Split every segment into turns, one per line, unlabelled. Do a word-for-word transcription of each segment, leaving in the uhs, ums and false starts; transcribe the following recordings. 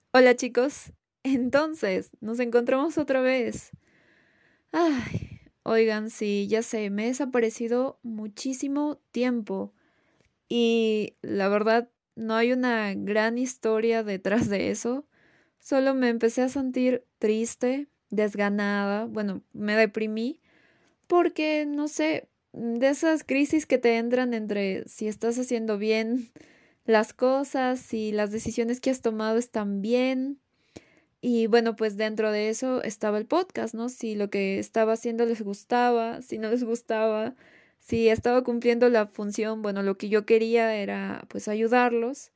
Hola chicos, entonces nos encontramos otra vez. Ay, oigan, sí, ya sé, me he desaparecido muchísimo tiempo y la verdad no hay una gran historia detrás de eso. Solo me empecé a sentir triste, desganada, bueno, me deprimí porque, no sé, de esas crisis que te entran entre si estás haciendo bien las cosas, si las decisiones que has tomado están bien. Y bueno, pues dentro de eso estaba el podcast, ¿no? Si lo que estaba haciendo les gustaba, si no les gustaba, si estaba cumpliendo la función, bueno, lo que yo quería era pues ayudarlos.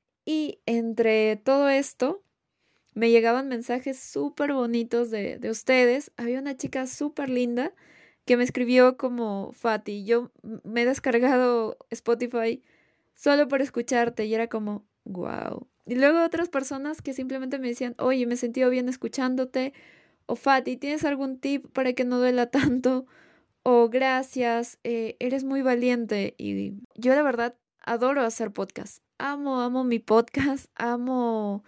Y entre todo esto me llegaban mensajes súper bonitos de, de ustedes. Había una chica súper linda que me escribió como Fati. Yo m- me he descargado Spotify solo por escucharte y era como, wow. Y luego otras personas que simplemente me decían, oye, me he sentido bien escuchándote. O Fati, ¿tienes algún tip para que no duela tanto? O gracias, eh, eres muy valiente. Y yo la verdad adoro hacer podcast. Amo, amo mi podcast, amo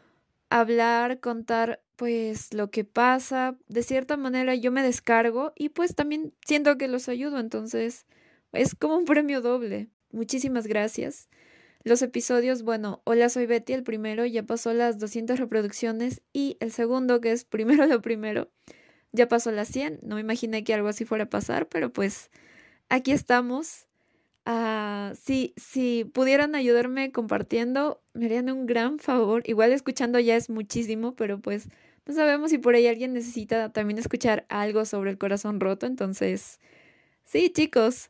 hablar, contar pues lo que pasa. De cierta manera yo me descargo y pues también siento que los ayudo, entonces es como un premio doble. Muchísimas gracias. Los episodios, bueno, Hola, soy Betty, el primero ya pasó las doscientas reproducciones y el segundo, que es primero lo primero, ya pasó las cien. No me imaginé que algo así fuera a pasar, pero pues aquí estamos. Ah, si, si pudieran ayudarme compartiendo, me harían un gran favor. Igual escuchando ya es muchísimo, pero pues no sabemos si por ahí alguien necesita también escuchar algo sobre el corazón roto. Entonces, sí, chicos,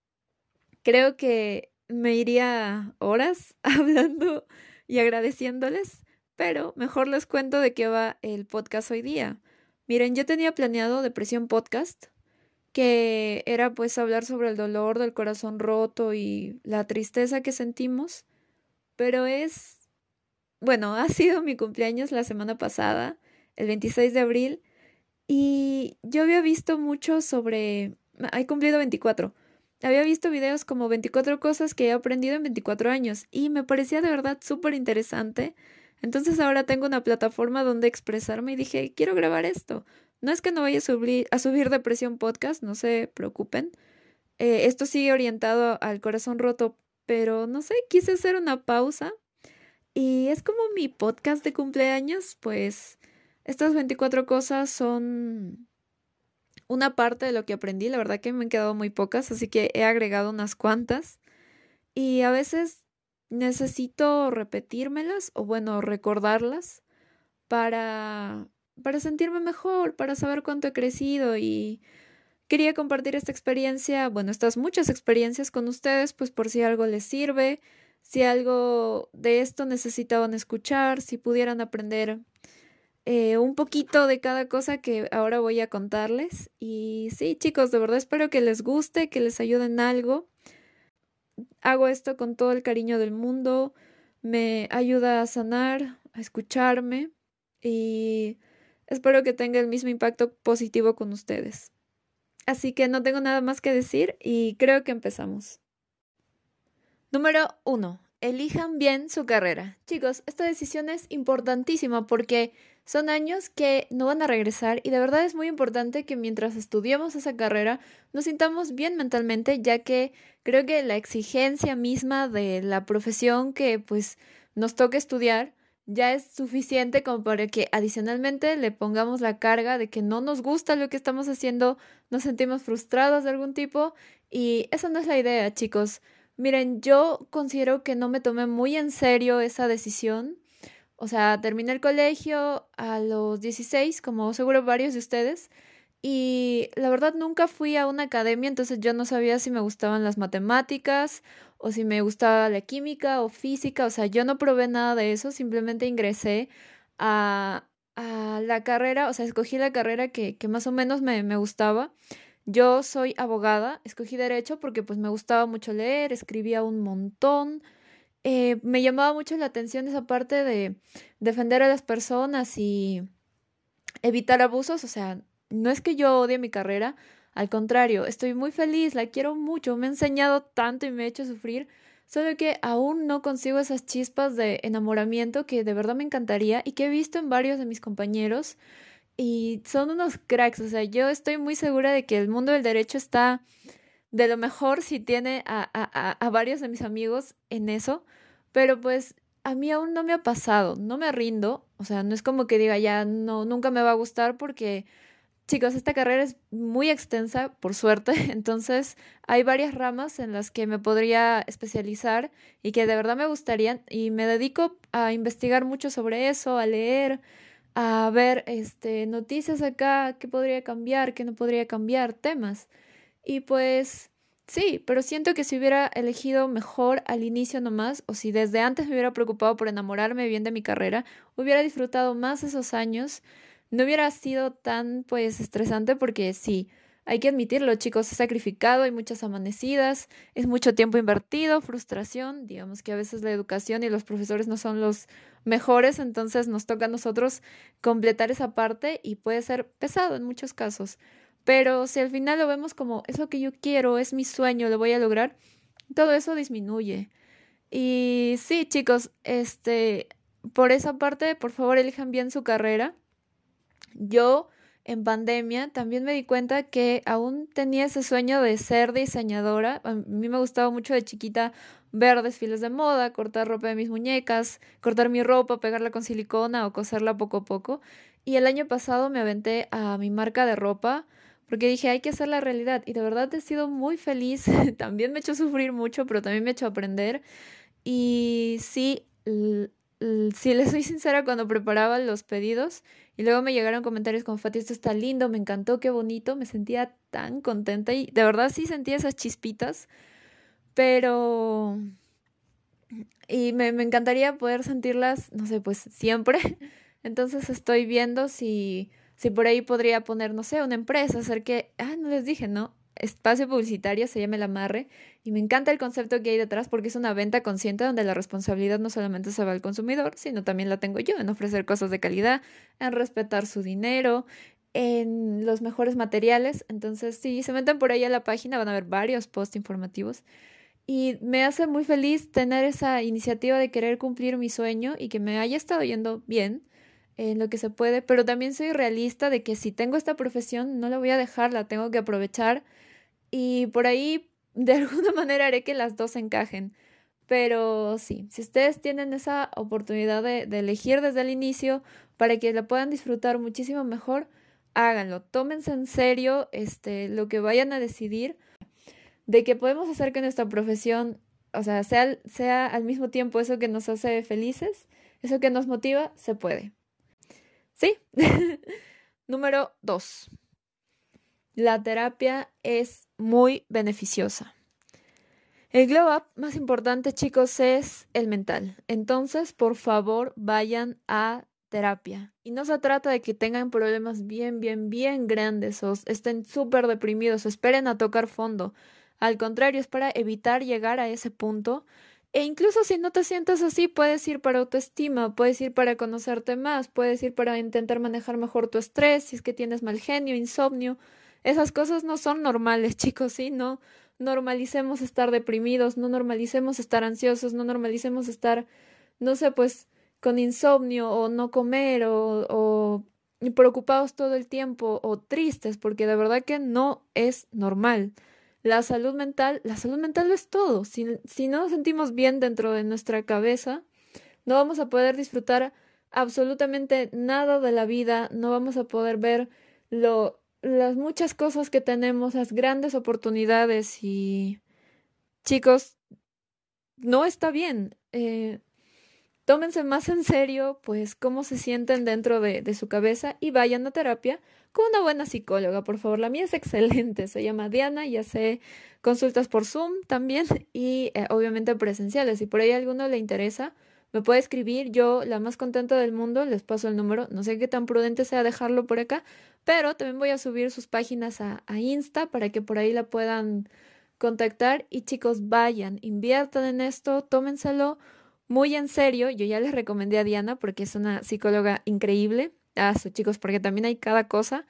creo que me iría horas hablando y agradeciéndoles, pero mejor les cuento de qué va el podcast hoy día. Miren, yo tenía planeado Depresión Podcast, que era pues hablar sobre el dolor del corazón roto y la tristeza que sentimos, pero es, bueno, ha sido mi cumpleaños la semana pasada, el veintiséis de abril, y yo había visto mucho sobre, he cumplido veinticuatro. Había visto videos como veinticuatro cosas que he aprendido en veinticuatro años y me parecía de verdad súper interesante. Entonces ahora tengo una plataforma donde expresarme y dije, quiero grabar esto. No es que no vaya a subir, a subir Depresión Podcast, no se preocupen. Eh, esto sigue orientado al corazón roto, pero no sé, quise hacer una pausa y es como mi podcast de cumpleaños, pues estas veinticuatro cosas son una parte de lo que aprendí, la verdad que me han quedado muy pocas, así que he agregado unas cuantas y a veces necesito repetírmelas o bueno, recordarlas para para sentirme mejor, para saber cuánto he crecido y quería compartir esta experiencia, bueno, estas muchas experiencias con ustedes, pues por si algo les sirve, si algo de esto necesitaban escuchar, si pudieran aprender eh, un poquito de cada cosa que ahora voy a contarles. Y sí, chicos, de verdad espero que les guste, que les ayude en algo. Hago esto con todo el cariño del mundo, me ayuda a sanar, a escucharme y espero que tenga el mismo impacto positivo con ustedes. Así que no tengo nada más que decir y creo que empezamos. Número uno. Elijan bien su carrera. Chicos, esta decisión es importantísima porque son años que no van a regresar y de verdad es muy importante que mientras estudiemos esa carrera nos sintamos bien mentalmente, ya que creo que la exigencia misma de la profesión que pues nos toca estudiar ya es suficiente como para que adicionalmente le pongamos la carga de que no nos gusta lo que estamos haciendo, nos sentimos frustrados de algún tipo y esa no es la idea, chicos. Miren, yo considero que no me tomé muy en serio esa decisión. O sea, terminé el colegio a los dieciséis, como seguro varios de ustedes, y la verdad nunca fui a una academia, entonces yo no sabía si me gustaban las matemáticas o si me gustaba la química o física, o sea, yo no probé nada de eso, simplemente ingresé a, a la carrera, o sea, escogí la carrera que, que más o menos me, me gustaba. Yo soy abogada, escogí derecho porque pues me gustaba mucho leer, escribía un montón, eh, me llamaba mucho la atención esa parte de defender a las personas y evitar abusos, o sea, no es que yo odie mi carrera, al contrario, estoy muy feliz, la quiero mucho, me ha enseñado tanto y me ha hecho sufrir, solo que aún no consigo esas chispas de enamoramiento que de verdad me encantaría y que he visto en varios de mis compañeros y son unos cracks. O sea, yo estoy muy segura de que el mundo del derecho está de lo mejor si tiene a, a, a, a varios de mis amigos en eso, pero pues a mí aún no me ha pasado, no me rindo, o sea, no es como que diga ya no, nunca me va a gustar porque, chicos, esta carrera es muy extensa, por suerte, entonces hay varias ramas en las que me podría especializar y que de verdad me gustarían y me dedico a investigar mucho sobre eso, a leer, a ver este noticias acá, qué podría cambiar, qué no podría cambiar, temas. Y pues sí, pero siento que si hubiera elegido mejor al inicio nomás, o si desde antes me hubiera preocupado por enamorarme bien de mi carrera, hubiera disfrutado más esos años, no hubiera sido tan pues estresante porque sí, hay que admitirlo, chicos, he sacrificado, hay muchas amanecidas, es mucho tiempo invertido, frustración, digamos que a veces la educación y los profesores no son los mejores, entonces nos toca a nosotros completar esa parte y puede ser pesado en muchos casos. Pero si al final lo vemos como es lo que yo quiero, es mi sueño, lo voy a lograr, todo eso disminuye. Y sí, chicos, este, por esa parte, por favor, elijan bien su carrera. Yo en pandemia también me di cuenta que aún tenía ese sueño de ser diseñadora. A mí me gustaba mucho de chiquita ver desfiles de moda, cortar ropa de mis muñecas, cortar mi ropa, pegarla con silicona o coserla poco a poco. Y el año pasado me aventé a mi marca de ropa porque dije, hay que hacer la realidad. Y de verdad he sido muy feliz. También me he hecho sufrir mucho, pero también me he hecho aprender. Y sí, l- l- si les soy sincera, cuando preparaba los pedidos y luego me llegaron comentarios como, Fati, esto está lindo, me encantó, qué bonito, me sentía tan contenta y de verdad sí sentía esas chispitas, pero... Y me, me encantaría poder sentirlas, no sé, pues siempre. Entonces estoy viendo si, si por ahí podría poner, no sé, una empresa, hacer que, ah, no les dije, ¿no? Espacio publicitario, se llama El Amarre, y me encanta el concepto que hay detrás porque es una venta consciente donde la responsabilidad no solamente se va al consumidor, sino también la tengo yo en ofrecer cosas de calidad, en respetar su dinero, en los mejores materiales. Entonces, si se meten por ahí a la página, van a ver varios posts informativos. Y me hace muy feliz tener esa iniciativa de querer cumplir mi sueño y que me haya estado yendo bien en lo que se puede, pero también soy realista de que si tengo esta profesión no la voy a dejar, la tengo que aprovechar y por ahí de alguna manera haré que las dos encajen. Pero sí, si ustedes tienen esa oportunidad de, de elegir desde el inicio para que la puedan disfrutar muchísimo mejor, háganlo. Tómense en serio este, lo que vayan a decidir de que podemos hacer que nuestra profesión, o sea, sea, sea al mismo tiempo eso que nos hace felices, eso que nos motiva, se puede. ¿Sí? Número dos. La terapia es muy beneficiosa. El glow up más importante, chicos, es el mental. Entonces, por favor, vayan a terapia. Y no se trata de que tengan problemas bien, bien, bien grandes o estén súper deprimidos o esperen a tocar fondo. Al contrario, es para evitar llegar a ese punto. E incluso si no te sientes así, puedes ir para autoestima, puedes ir para conocerte más, puedes ir para intentar manejar mejor tu estrés, si es que tienes mal genio, insomnio. Esas cosas no son normales, chicos, ¿sí? No normalicemos estar deprimidos, no normalicemos estar ansiosos, no normalicemos estar, no sé, pues con insomnio o no comer o, o preocupados todo el tiempo o tristes, porque de verdad que no es normal. La salud mental, la salud mental lo es todo. Si, si no nos sentimos bien dentro de nuestra cabeza, no vamos a poder disfrutar absolutamente nada de la vida, no vamos a poder ver lo, las muchas cosas que tenemos, las grandes oportunidades y chicos, no está bien. Eh, tómense más en serio, pues, cómo se sienten dentro de, de su cabeza y vayan a terapia con una buena psicóloga, por favor. La mía es excelente, se llama Diana y hace consultas por Zoom también y eh, obviamente presenciales. Si por ahí a alguno le interesa, me puede escribir. Yo, la más contenta del mundo, les paso el número. No sé qué tan prudente sea dejarlo por acá, pero también voy a subir sus páginas a, a Insta para que por ahí la puedan contactar. Y chicos, vayan, inviertan en esto, tómenselo muy en serio. Yo ya les recomendé a Diana porque es una psicóloga increíble. Ah, sus chicos, porque también hay cada cosa.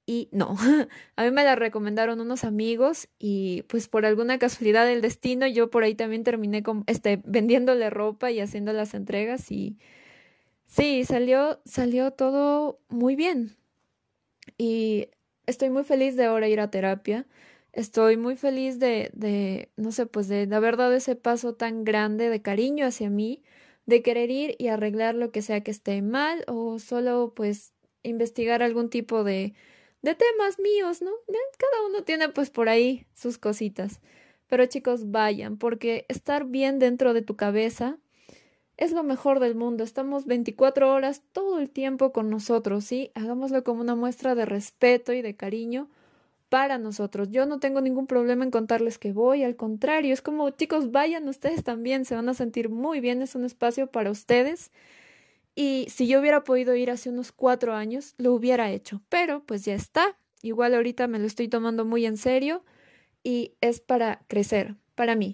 y no, a mí me la recomendaron unos amigos y pues por alguna casualidad del destino yo por ahí también terminé con, este, vendiéndole ropa y haciendo las entregas y sí, salió, salió todo muy bien y estoy muy feliz de ahora ir a terapia. Estoy muy feliz de, de, no sé, pues de, de haber dado ese paso tan grande de cariño hacia mí, de querer ir y arreglar lo que sea que esté mal o solo pues investigar algún tipo de, de temas míos, ¿no? Ya cada uno tiene pues por ahí sus cositas. Pero chicos, vayan, porque estar bien dentro de tu cabeza es lo mejor del mundo. Estamos veinticuatro horas todo el tiempo con nosotros, ¿sí? Hagámoslo como una muestra de respeto y de cariño para nosotros. Yo no tengo ningún problema en contarles que voy, al contrario, es como, chicos, vayan ustedes también, se van a sentir muy bien, es un espacio para ustedes. Y si yo hubiera podido ir hace unos cuatro años, lo hubiera hecho, pero pues ya está. Igual ahorita me lo estoy tomando muy en serio y es para crecer, para mí.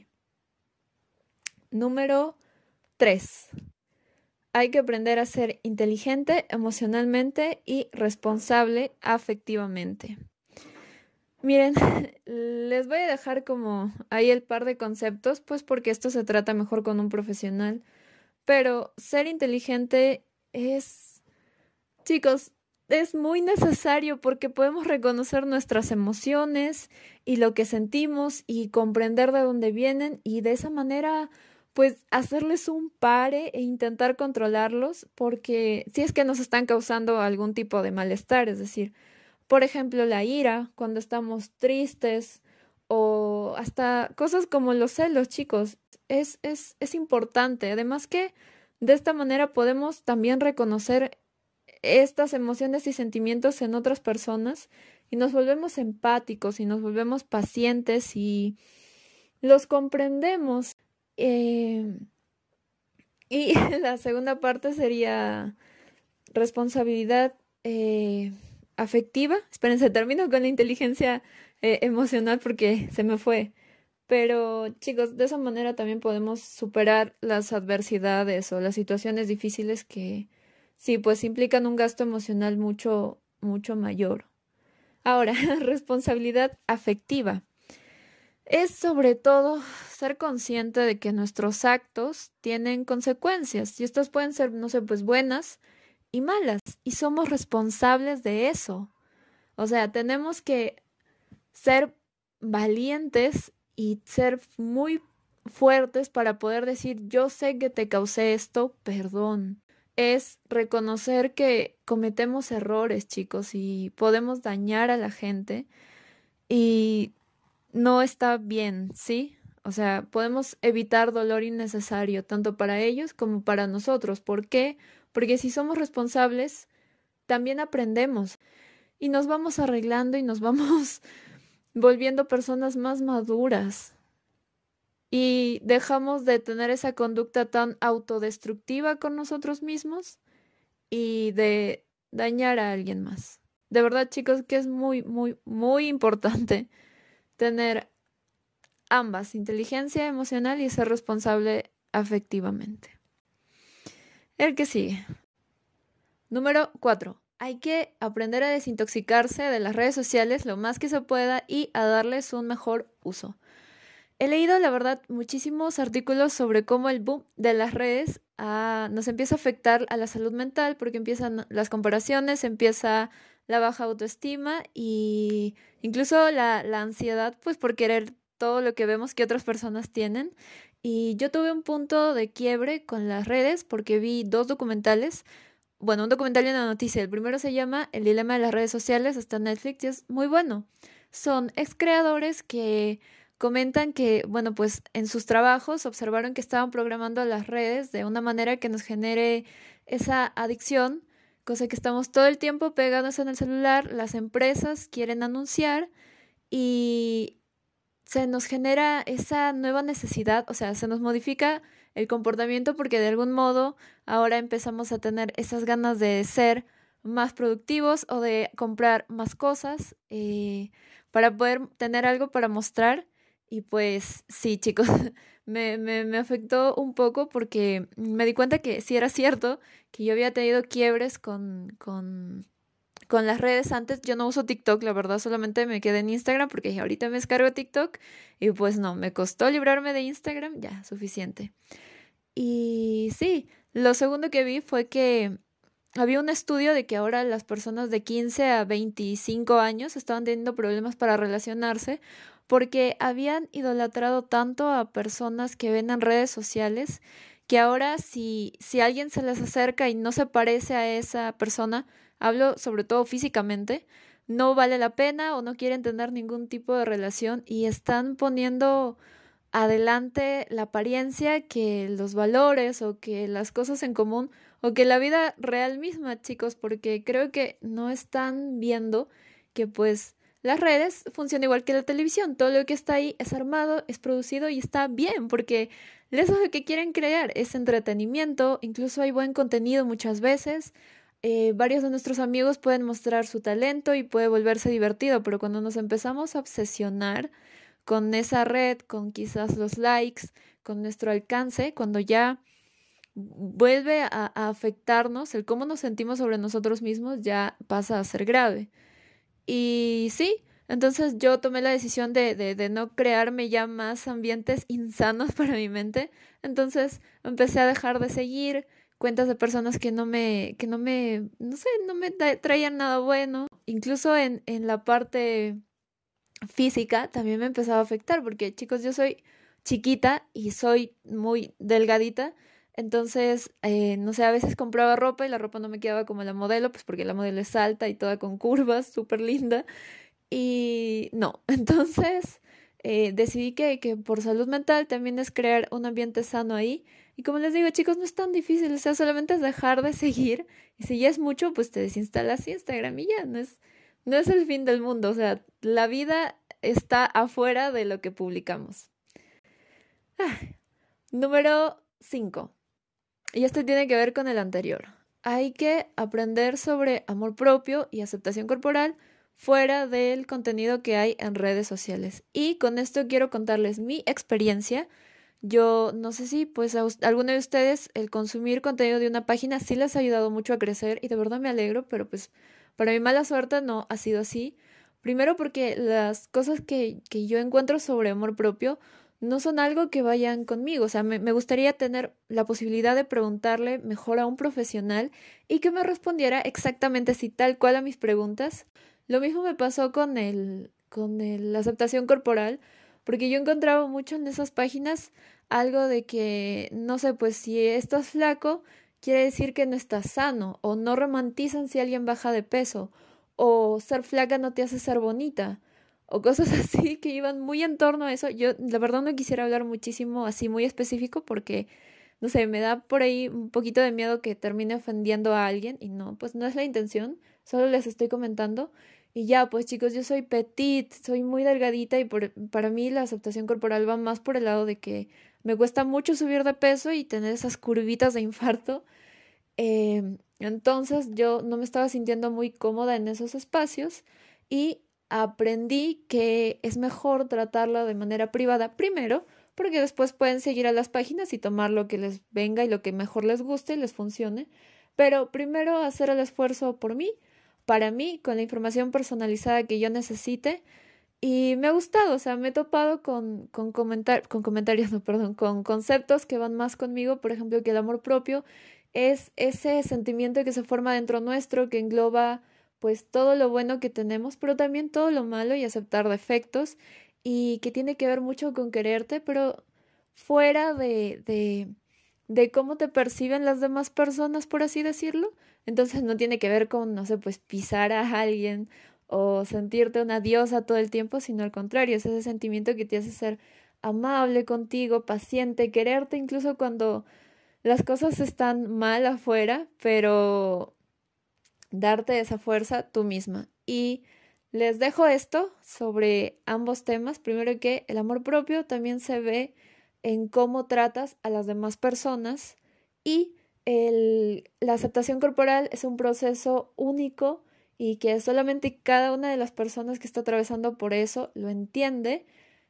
Número tres. Hay que aprender a ser inteligente emocionalmente y responsable afectivamente. Miren, les voy a dejar como ahí el par de conceptos, pues porque esto se trata mejor con un profesional. Pero ser inteligente es, chicos, es muy necesario porque podemos reconocer nuestras emociones y lo que sentimos y comprender de dónde vienen y de esa manera, pues hacerles un pare e intentar controlarlos porque si es que nos están causando algún tipo de malestar, es decir, por ejemplo, la ira, cuando estamos tristes o hasta cosas como los celos, chicos, es, es, es importante. Además que de esta manera podemos también reconocer estas emociones y sentimientos en otras personas y nos volvemos empáticos y nos volvemos pacientes y los comprendemos. Eh, y la segunda parte sería responsabilidad eh, afectiva. Espérense, termino con la inteligencia eh, emocional porque se me fue. Pero chicos, de esa manera también podemos superar las adversidades o las situaciones difíciles que sí, pues implican un gasto emocional mucho, mucho mayor. Ahora, responsabilidad afectiva. Es sobre todo ser consciente de que nuestros actos tienen consecuencias y estas pueden ser, no sé, pues buenas y malas y somos responsables de eso. O sea, tenemos que ser valientes y ser muy fuertes para poder decir, yo sé que te causé esto, perdón. Es reconocer que cometemos errores, chicos, y podemos dañar a la gente y no está bien, ¿sí? O sea, podemos evitar dolor innecesario, tanto para ellos como para nosotros. ¿Por qué? Porque si somos responsables, también aprendemos y nos vamos arreglando y nos vamos volviendo personas más maduras y dejamos de tener esa conducta tan autodestructiva con nosotros mismos y de dañar a alguien más. De verdad, chicos, que es muy, muy, muy importante tener ambas, inteligencia emocional y ser responsable afectivamente. El que sigue. Número cuatro. Hay que aprender a desintoxicarse de las redes sociales lo más que se pueda y a darles un mejor uso. He leído, la verdad, muchísimos artículos sobre cómo el boom de las redes ah, nos empieza a afectar a la salud mental porque empiezan las comparaciones, empieza la baja autoestima y incluso la, la ansiedad, pues por querer todo lo que vemos que otras personas tienen. Y yo tuve un punto de quiebre con las redes porque vi dos documentales. Bueno, un documental y una noticia. El primero se llama El dilema de las redes sociales, está en Netflix y es muy bueno. Son ex creadores que comentan que, bueno, pues en sus trabajos observaron que estaban programando las redes de una manera que nos genere esa adicción, cosa que estamos todo el tiempo pegados en el celular, las empresas quieren anunciar y se nos genera esa nueva necesidad, o sea, se nos modifica el comportamiento porque de algún modo ahora empezamos a tener esas ganas de ser más productivos o de comprar más cosas eh, para poder tener algo para mostrar. Y pues sí, chicos, me, me, me afectó un poco porque me di cuenta que sí era cierto que yo había tenido quiebres con, con con las redes antes. Yo no uso TikTok, la verdad, solamente me quedé en Instagram porque dije, ahorita me descargo TikTok y pues no, me costó librarme de Instagram, ya, suficiente. Y sí, lo segundo que vi fue que había un estudio de que ahora las personas de quince a veinticinco años estaban teniendo problemas para relacionarse porque habían idolatrado tanto a personas que ven en redes sociales que ahora si, si alguien se les acerca y no se parece a esa persona, hablo sobre todo físicamente, no vale la pena o no quieren tener ningún tipo de relación y están poniendo adelante la apariencia que los valores o que las cosas en común o que la vida real misma, chicos, porque creo que no están viendo que pues las redes funcionan igual que la televisión, todo lo que está ahí es armado, es producido y está bien, porque eso es lo que quieren crear, es entretenimiento, incluso hay buen contenido muchas veces. Eh, varios de nuestros amigos pueden mostrar su talento y puede volverse divertido, pero cuando nos empezamos a obsesionar con esa red, con quizás los likes, con nuestro alcance, cuando ya vuelve a, a afectarnos, el cómo nos sentimos sobre nosotros mismos ya pasa a ser grave. Y sí, entonces yo tomé la decisión de, de, de no crearme ya más ambientes insanos para mi mente. Entonces empecé a dejar de seguir cuentas de personas que no me, que no me, no sé, no me tra- traían nada bueno. Incluso en, en la parte física también me empezaba a afectar, porque chicos, yo soy chiquita y soy muy delgadita, entonces, eh, no sé, a veces compraba ropa y la ropa no me quedaba como la modelo, pues porque la modelo es alta y toda con curvas, súper linda, y no, entonces eh, decidí que, que por salud mental también es crear un ambiente sano ahí. Y como les digo, chicos, no es tan difícil, o sea, solamente es dejar de seguir. Y si ya es mucho, pues te desinstalas Instagram y ya, no es, no es el fin del mundo. O sea, la vida está afuera de lo que publicamos. Ah, número cinco. Y esto tiene que ver con el anterior. Hay que aprender sobre amor propio y aceptación corporal fuera del contenido que hay en redes sociales. Y con esto quiero contarles mi experiencia. Yo no sé si pues a us- alguno de ustedes el consumir contenido de una página sí les ha ayudado mucho a crecer y de verdad me alegro, pero pues para mi mala suerte no ha sido así. Primero porque las cosas que, que yo encuentro sobre amor propio no son algo que vayan conmigo. O sea, me, me gustaría tener la posibilidad de preguntarle mejor a un profesional y que me respondiera exactamente si tal cual a mis preguntas. Lo mismo me pasó con el, con el- la aceptación corporal, porque yo encontraba mucho en esas páginas algo de que, no sé, pues si estás flaco, quiere decir que no estás sano, o no romantizan si alguien baja de peso, o ser flaca no te hace ser bonita o cosas así que iban muy en torno a eso. Yo, la verdad, no quisiera hablar muchísimo así muy específico porque, no sé, me da por ahí un poquito de miedo que termine ofendiendo a alguien y no, pues no es la intención, solo les estoy comentando. Y ya, pues chicos, yo soy petit, soy muy delgadita y por, para mí la aceptación corporal va más por el lado de que me cuesta mucho subir de peso y tener esas curvitas de infarto. Em, entonces yo no me estaba sintiendo muy cómoda en esos espacios y aprendí que es mejor tratarla de manera privada primero, porque después pueden seguir a las páginas y tomar lo que les venga y lo que mejor les guste y les funcione. Pero primero hacer el esfuerzo por mí, para mí, con la información personalizada que yo necesite. Y me ha gustado, o sea, me he topado con, con, comentar con comentarios, no, perdón, con conceptos que van más conmigo, por ejemplo, que el amor propio es ese sentimiento que se forma dentro nuestro, que engloba pues todo lo bueno que tenemos, pero también todo lo malo y aceptar defectos, y que tiene que ver mucho con quererte, pero fuera de, de, de cómo te perciben las demás personas, por así decirlo. Entonces no tiene que ver con, no sé, pues pisar a alguien o sentirte una diosa todo el tiempo, sino al contrario, es ese sentimiento que te hace ser amable contigo, paciente, quererte incluso cuando las cosas están mal afuera, pero darte esa fuerza tú misma. Y les dejo esto sobre ambos temas. Primero que el amor propio también se ve en cómo tratas a las demás personas y el, la aceptación corporal es un proceso único y que solamente cada una de las personas que está atravesando por eso lo entiende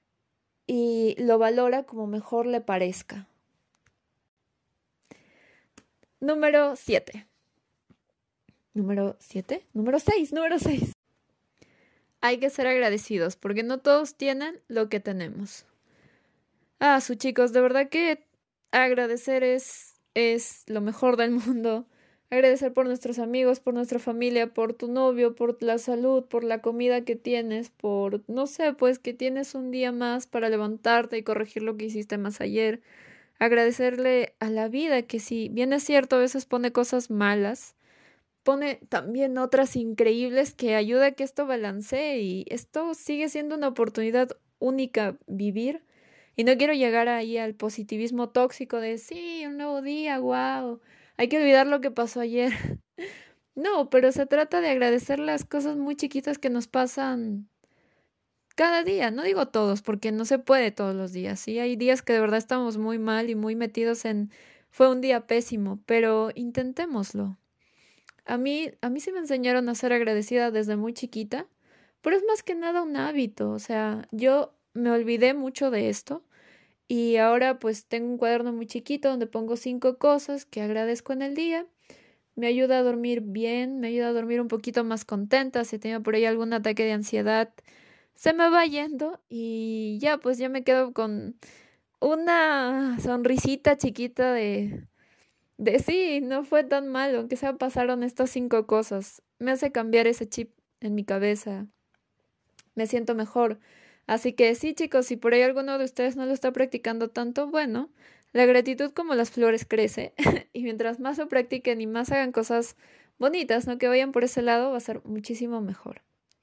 y lo valora como mejor le parezca. Número siete. Número siete, número seis, número seis. Hay que ser agradecidos porque no todos tienen lo que tenemos. Ah, sus chicos, de verdad que agradecer es, es lo mejor del mundo. Agradecer por nuestros amigos, por nuestra familia, por tu novio, por la salud, por la comida que tienes, por, no sé, pues que tienes un día más para levantarte y corregir lo que hiciste más ayer. Agradecerle a la vida que si bien es cierto, a veces pone cosas malas, pone también otras increíbles que ayuda a que esto balancee y esto sigue siendo una oportunidad única vivir. Y no quiero llegar ahí al positivismo tóxico de sí, un nuevo día, wow, hay que olvidar lo que pasó ayer. No, pero se trata de agradecer las cosas muy chiquitas que nos pasan cada día. No digo todos, porque no se puede todos los días. Sí, hay días que de verdad estamos muy mal y muy metidos en fue un día pésimo, pero intentémoslo. A mí, a mí sí me enseñaron a ser agradecida desde muy chiquita, pero es más que nada un hábito. O sea, yo me olvidé mucho de esto y ahora pues tengo un cuaderno muy chiquito donde pongo cinco cosas que agradezco en el día. Me ayuda a dormir bien, me ayuda a dormir un poquito más contenta. Si tengo por ahí algún ataque de ansiedad, se me va yendo y ya pues ya me quedo con una sonrisita chiquita de de sí, no fue tan malo, aunque sea pasaron estas cinco cosas. Me hace cambiar ese chip en mi cabeza. Me siento mejor. Así que sí, chicos, si por ahí alguno de ustedes no lo está practicando tanto, bueno, la gratitud como las flores crece. Y mientras más lo practiquen y más hagan cosas bonitas, ¿no? Que vayan por ese lado, va a ser muchísimo mejor.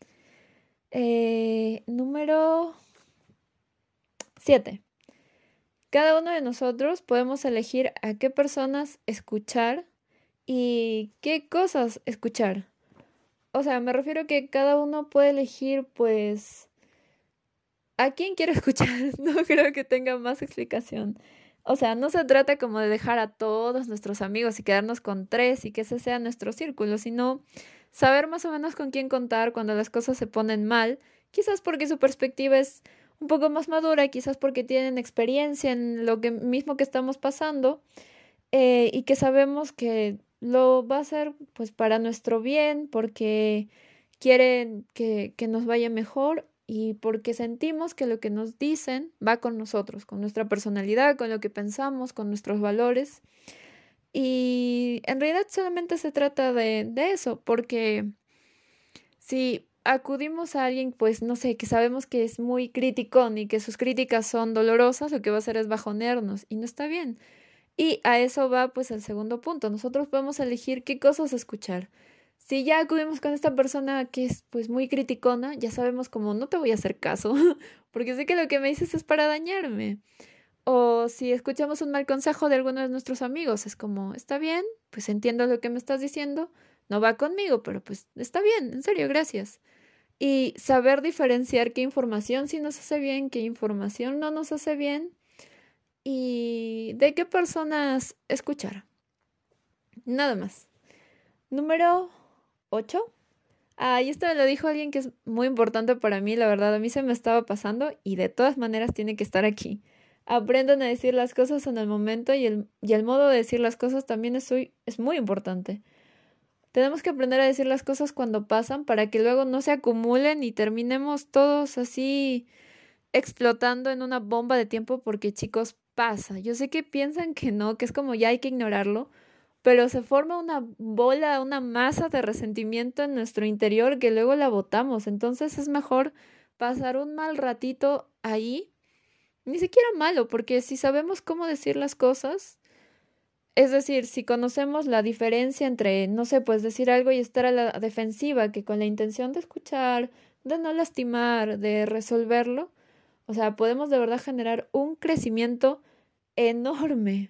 Eh, número siete. Cada uno de nosotros podemos elegir a qué personas escuchar y qué cosas escuchar. O sea, me refiero a que cada uno puede elegir, pues, a quién quiere escuchar. No creo que tenga más explicación. O sea, no se trata como de dejar a todos nuestros amigos y quedarnos con tres y que ese sea nuestro círculo, sino saber más o menos con quién contar cuando las cosas se ponen mal, quizás porque su perspectiva es un poco más madura, quizás porque tienen experiencia en lo que mismo que estamos pasando eh, y que sabemos que lo va a hacer pues para nuestro bien, porque quieren que, que nos vaya mejor y porque sentimos que lo que nos dicen va con nosotros, con nuestra personalidad, con lo que pensamos, con nuestros valores. Y en realidad solamente se trata de, de eso, porque si acudimos a alguien, pues no sé, que sabemos que es muy criticón y que sus críticas son dolorosas, lo que va a hacer es bajonearnos y no está bien. Y a eso va pues el segundo punto. Nosotros podemos elegir qué cosas escuchar. Si ya acudimos con esta persona que es pues muy criticona, ya sabemos como no te voy a hacer caso, porque sé que lo que me dices es para dañarme. O si escuchamos un mal consejo de alguno de nuestros amigos, es como, está bien, pues entiendo lo que me estás diciendo, no va conmigo, pero pues está bien, en serio, gracias. Y saber diferenciar qué información sí nos hace bien, qué información no nos hace bien y de qué personas escuchar. Nada más. Número ocho. Ah, y esto me lo dijo alguien que es muy importante para mí, la verdad, a mí se me estaba pasando y de todas maneras tiene que estar aquí. Aprendan a decir las cosas en el momento y el, y el modo de decir las cosas también es, muy- es muy importante. Tenemos que aprender a decir las cosas cuando pasan para que luego no se acumulen y terminemos todos así explotando en una bomba de tiempo porque chicos pasa. Yo sé que piensan que no, que es como ya hay que ignorarlo, pero se forma una bola, una masa de resentimiento en nuestro interior que luego la botamos. Entonces es mejor pasar un mal ratito ahí, ni siquiera malo, porque si sabemos cómo decir las cosas, es decir, si conocemos la diferencia entre, no sé, pues decir algo y estar a la defensiva, que con la intención de escuchar, de no lastimar, de resolverlo, o sea, podemos de verdad generar un crecimiento enorme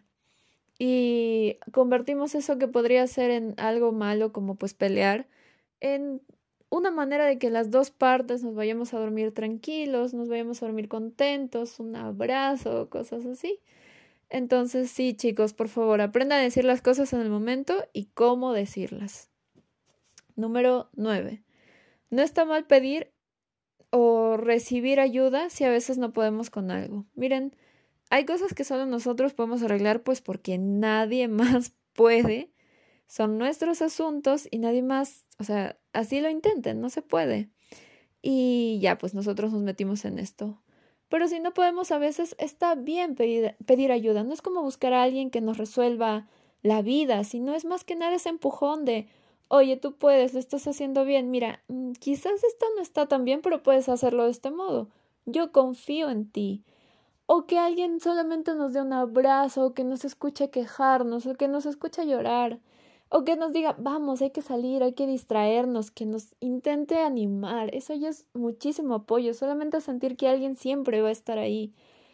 y convertimos eso que podría ser en algo malo, como pues pelear, en una manera de que las dos partes nos vayamos a dormir tranquilos, nos vayamos a dormir contentos, un abrazo, cosas así. Entonces, sí, chicos, por favor, aprendan a decir las cosas en el momento y cómo decirlas. Número nueve. No está mal pedir o recibir ayuda si a veces no podemos con algo. Miren, hay cosas que solo nosotros podemos arreglar pues porque nadie más puede son nuestros asuntos y nadie más, o sea, así lo intenten, no se puede. Y ya, pues nosotros nos metimos en esto. Pero si no podemos, a veces está bien pedir, pedir ayuda. No es como buscar a alguien que nos resuelva la vida, sino es más que nada ese empujón de, oye, tú puedes, lo estás haciendo bien. Mira, mm, quizás esto no está tan bien, pero puedes hacerlo de este modo. Yo confío en ti. O que alguien solamente nos dé un abrazo, o que nos escuche quejarnos, o que nos escuche llorar, o que nos diga, vamos, hay que salir, hay que distraernos, que nos intente animar. Eso ya es muchísimo apoyo, solamente sentir que alguien siempre va a estar ahí.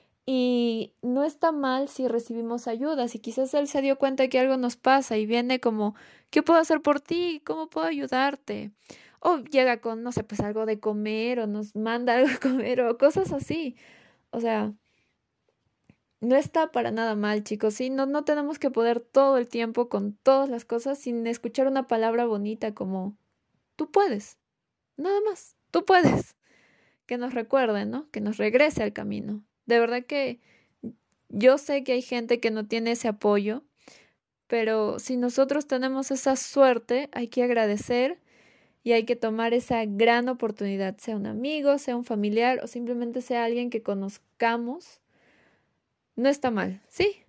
Y no está mal si recibimos ayuda, si quizás él se dio cuenta de que algo nos pasa y viene como, ¿qué puedo hacer por ti? ¿Cómo puedo ayudarte? O llega con, no sé, pues algo de comer, o nos manda algo de comer, o cosas así. O sea, no está para nada mal, chicos. Sí, no, no tenemos que poder todo el tiempo con todas las cosas sin escuchar una palabra bonita como tú puedes. Nada más, tú puedes. Que nos recuerde, ¿no? Que nos regrese al camino. De verdad que yo sé que hay gente que no tiene ese apoyo, pero si nosotros tenemos esa suerte, hay que agradecer y hay que tomar esa gran oportunidad, sea un amigo, sea un familiar o simplemente sea alguien que conozcamos. No está mal, ¿sí?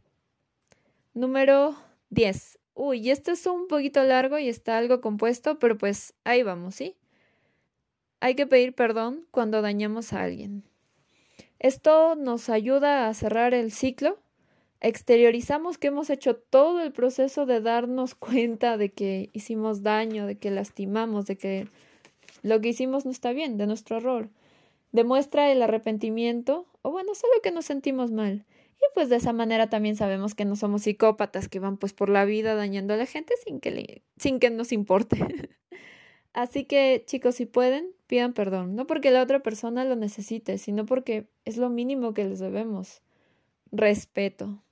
Número diez. Uy, y este es un poquito largo y está algo compuesto, pero pues ahí vamos, ¿sí? Hay que pedir perdón cuando dañamos a alguien. Esto nos ayuda a cerrar el ciclo. Exteriorizamos que hemos hecho todo el proceso de darnos cuenta de que hicimos daño, de que lastimamos, de que lo que hicimos no está bien, de nuestro error. Demuestra el arrepentimiento, o bueno, solo que nos sentimos mal. Y pues de esa manera también sabemos que no somos psicópatas que van pues por la vida dañando a la gente sin que le, sin que nos importe. Así que, chicos, si pueden, pidan perdón, no porque la otra persona lo necesite, sino porque es lo mínimo que les debemos. Respeto.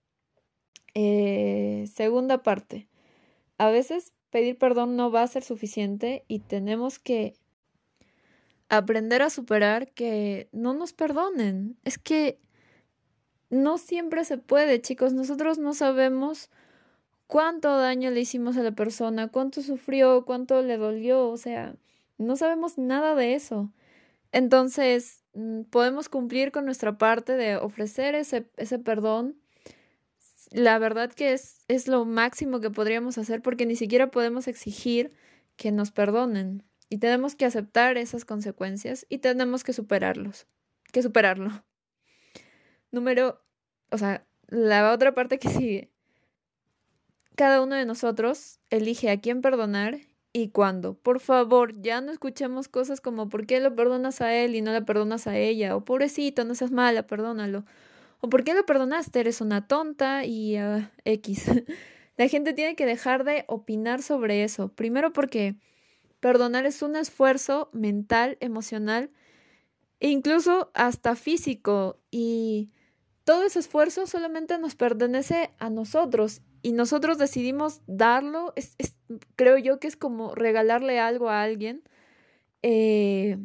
Eh, segunda parte. A veces pedir perdón no va a ser suficiente y tenemos que aprender a superar que no nos perdonen. Es que no siempre se puede, chicos. Nosotros no sabemos cuánto daño le hicimos a la persona, cuánto sufrió, cuánto le dolió. O sea, no sabemos nada de eso. Entonces, mm, podemos cumplir con nuestra parte de ofrecer ese, ese perdón. La verdad que es, es lo máximo que podríamos hacer porque ni siquiera podemos exigir que nos perdonen. Y tenemos que aceptar esas consecuencias y tenemos que superarlos, que superarlo. Número, o sea, la otra parte que sigue. Cada uno de nosotros elige a quién perdonar y cuándo. Por favor, ya no escuchemos cosas como ¿por qué lo perdonas a él y no la perdonas a ella? O pobrecito, no seas mala, perdónalo. O ¿por qué lo perdonaste? Eres una tonta y ah, X. La gente tiene que dejar de opinar sobre eso. Primero porque perdonar es un esfuerzo mental, emocional e incluso hasta físico. Y todo ese esfuerzo solamente nos pertenece a nosotros y nosotros decidimos darlo. Es, es- creo yo que es como regalarle algo a alguien. eh,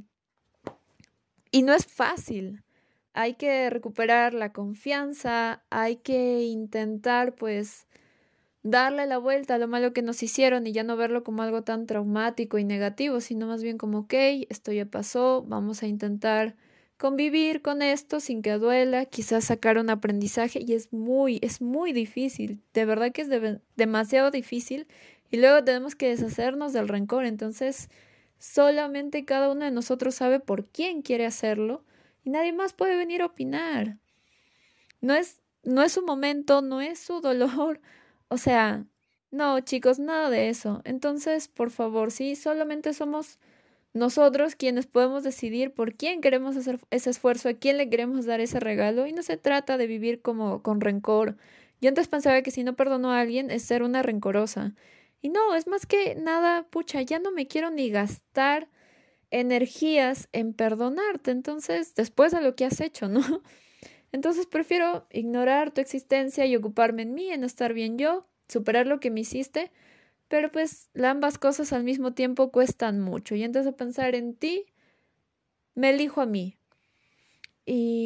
y no es fácil. Hay que recuperar la confianza, hay que intentar pues darle la vuelta a lo malo que nos hicieron y ya no verlo como algo tan traumático y negativo, sino más bien como, ok, esto ya pasó, vamos a intentar convivir con esto sin que duela, quizás sacar un aprendizaje y es muy, es muy difícil, de verdad que es de- demasiado difícil y luego tenemos que deshacernos del rencor, entonces solamente cada uno de nosotros sabe por quién quiere hacerlo y nadie más puede venir a opinar. No es, no es su momento, no es su dolor. O sea, no, chicos, nada de eso. Entonces, por favor, sí, solamente somos nosotros quienes podemos decidir por quién queremos hacer ese esfuerzo, a quién le queremos dar ese regalo, y no se trata de vivir como con rencor. Yo antes pensaba que si no perdono a alguien es ser una rencorosa. Y no, es más que nada, pucha, ya no me quiero ni gastar energías en perdonarte. Entonces, después de lo que has hecho, ¿no? Entonces prefiero ignorar tu existencia y ocuparme en mí, en estar bien yo, superar lo que me hiciste, pero pues la ambas cosas al mismo tiempo cuestan mucho. Y antes de pensar en ti, me elijo a mí.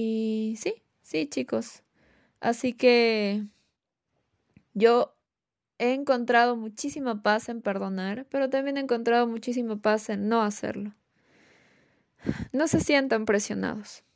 Y sí, sí, chicos. Así que yo he encontrado muchísima paz en perdonar, pero también he encontrado muchísima paz en no hacerlo. No se sientan presionados.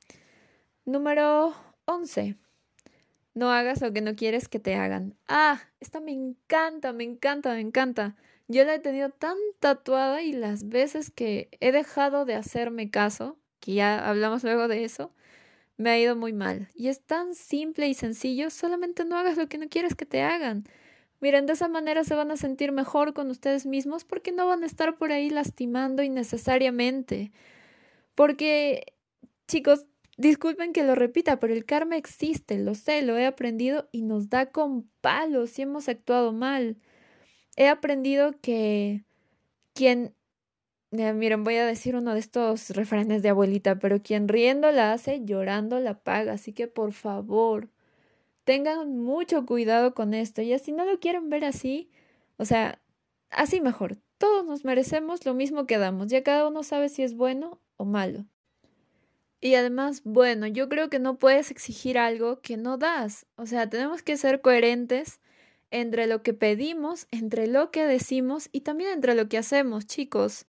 Número once. No hagas lo que no quieres que te hagan. Ah, esta me encanta, me encanta, me encanta. Yo la he tenido tan tatuada y las veces que he dejado de hacerme caso, que ya hablamos luego de eso, me ha ido muy mal. Y es tan simple y sencillo, solamente no hagas lo que no quieres que te hagan. Miren, de esa manera se van a sentir mejor con ustedes mismos porque no van a estar por ahí lastimando innecesariamente. Porque, chicos, disculpen que lo repita, pero el karma existe, lo sé, lo he aprendido y nos da con palos si hemos actuado mal. He aprendido que quien, eh, miren, voy a decir uno de estos refranes de abuelita, pero quien riendo la hace, llorando la paga. Así que por favor, tengan mucho cuidado con esto. Y si no lo quieren ver así, o sea, así mejor. Todos nos merecemos lo mismo que damos. Ya cada uno sabe si es bueno o malo. Y además, bueno, yo creo que no puedes exigir algo que no das. O sea, tenemos que ser coherentes entre lo que pedimos, entre lo que decimos y también entre lo que hacemos, chicos.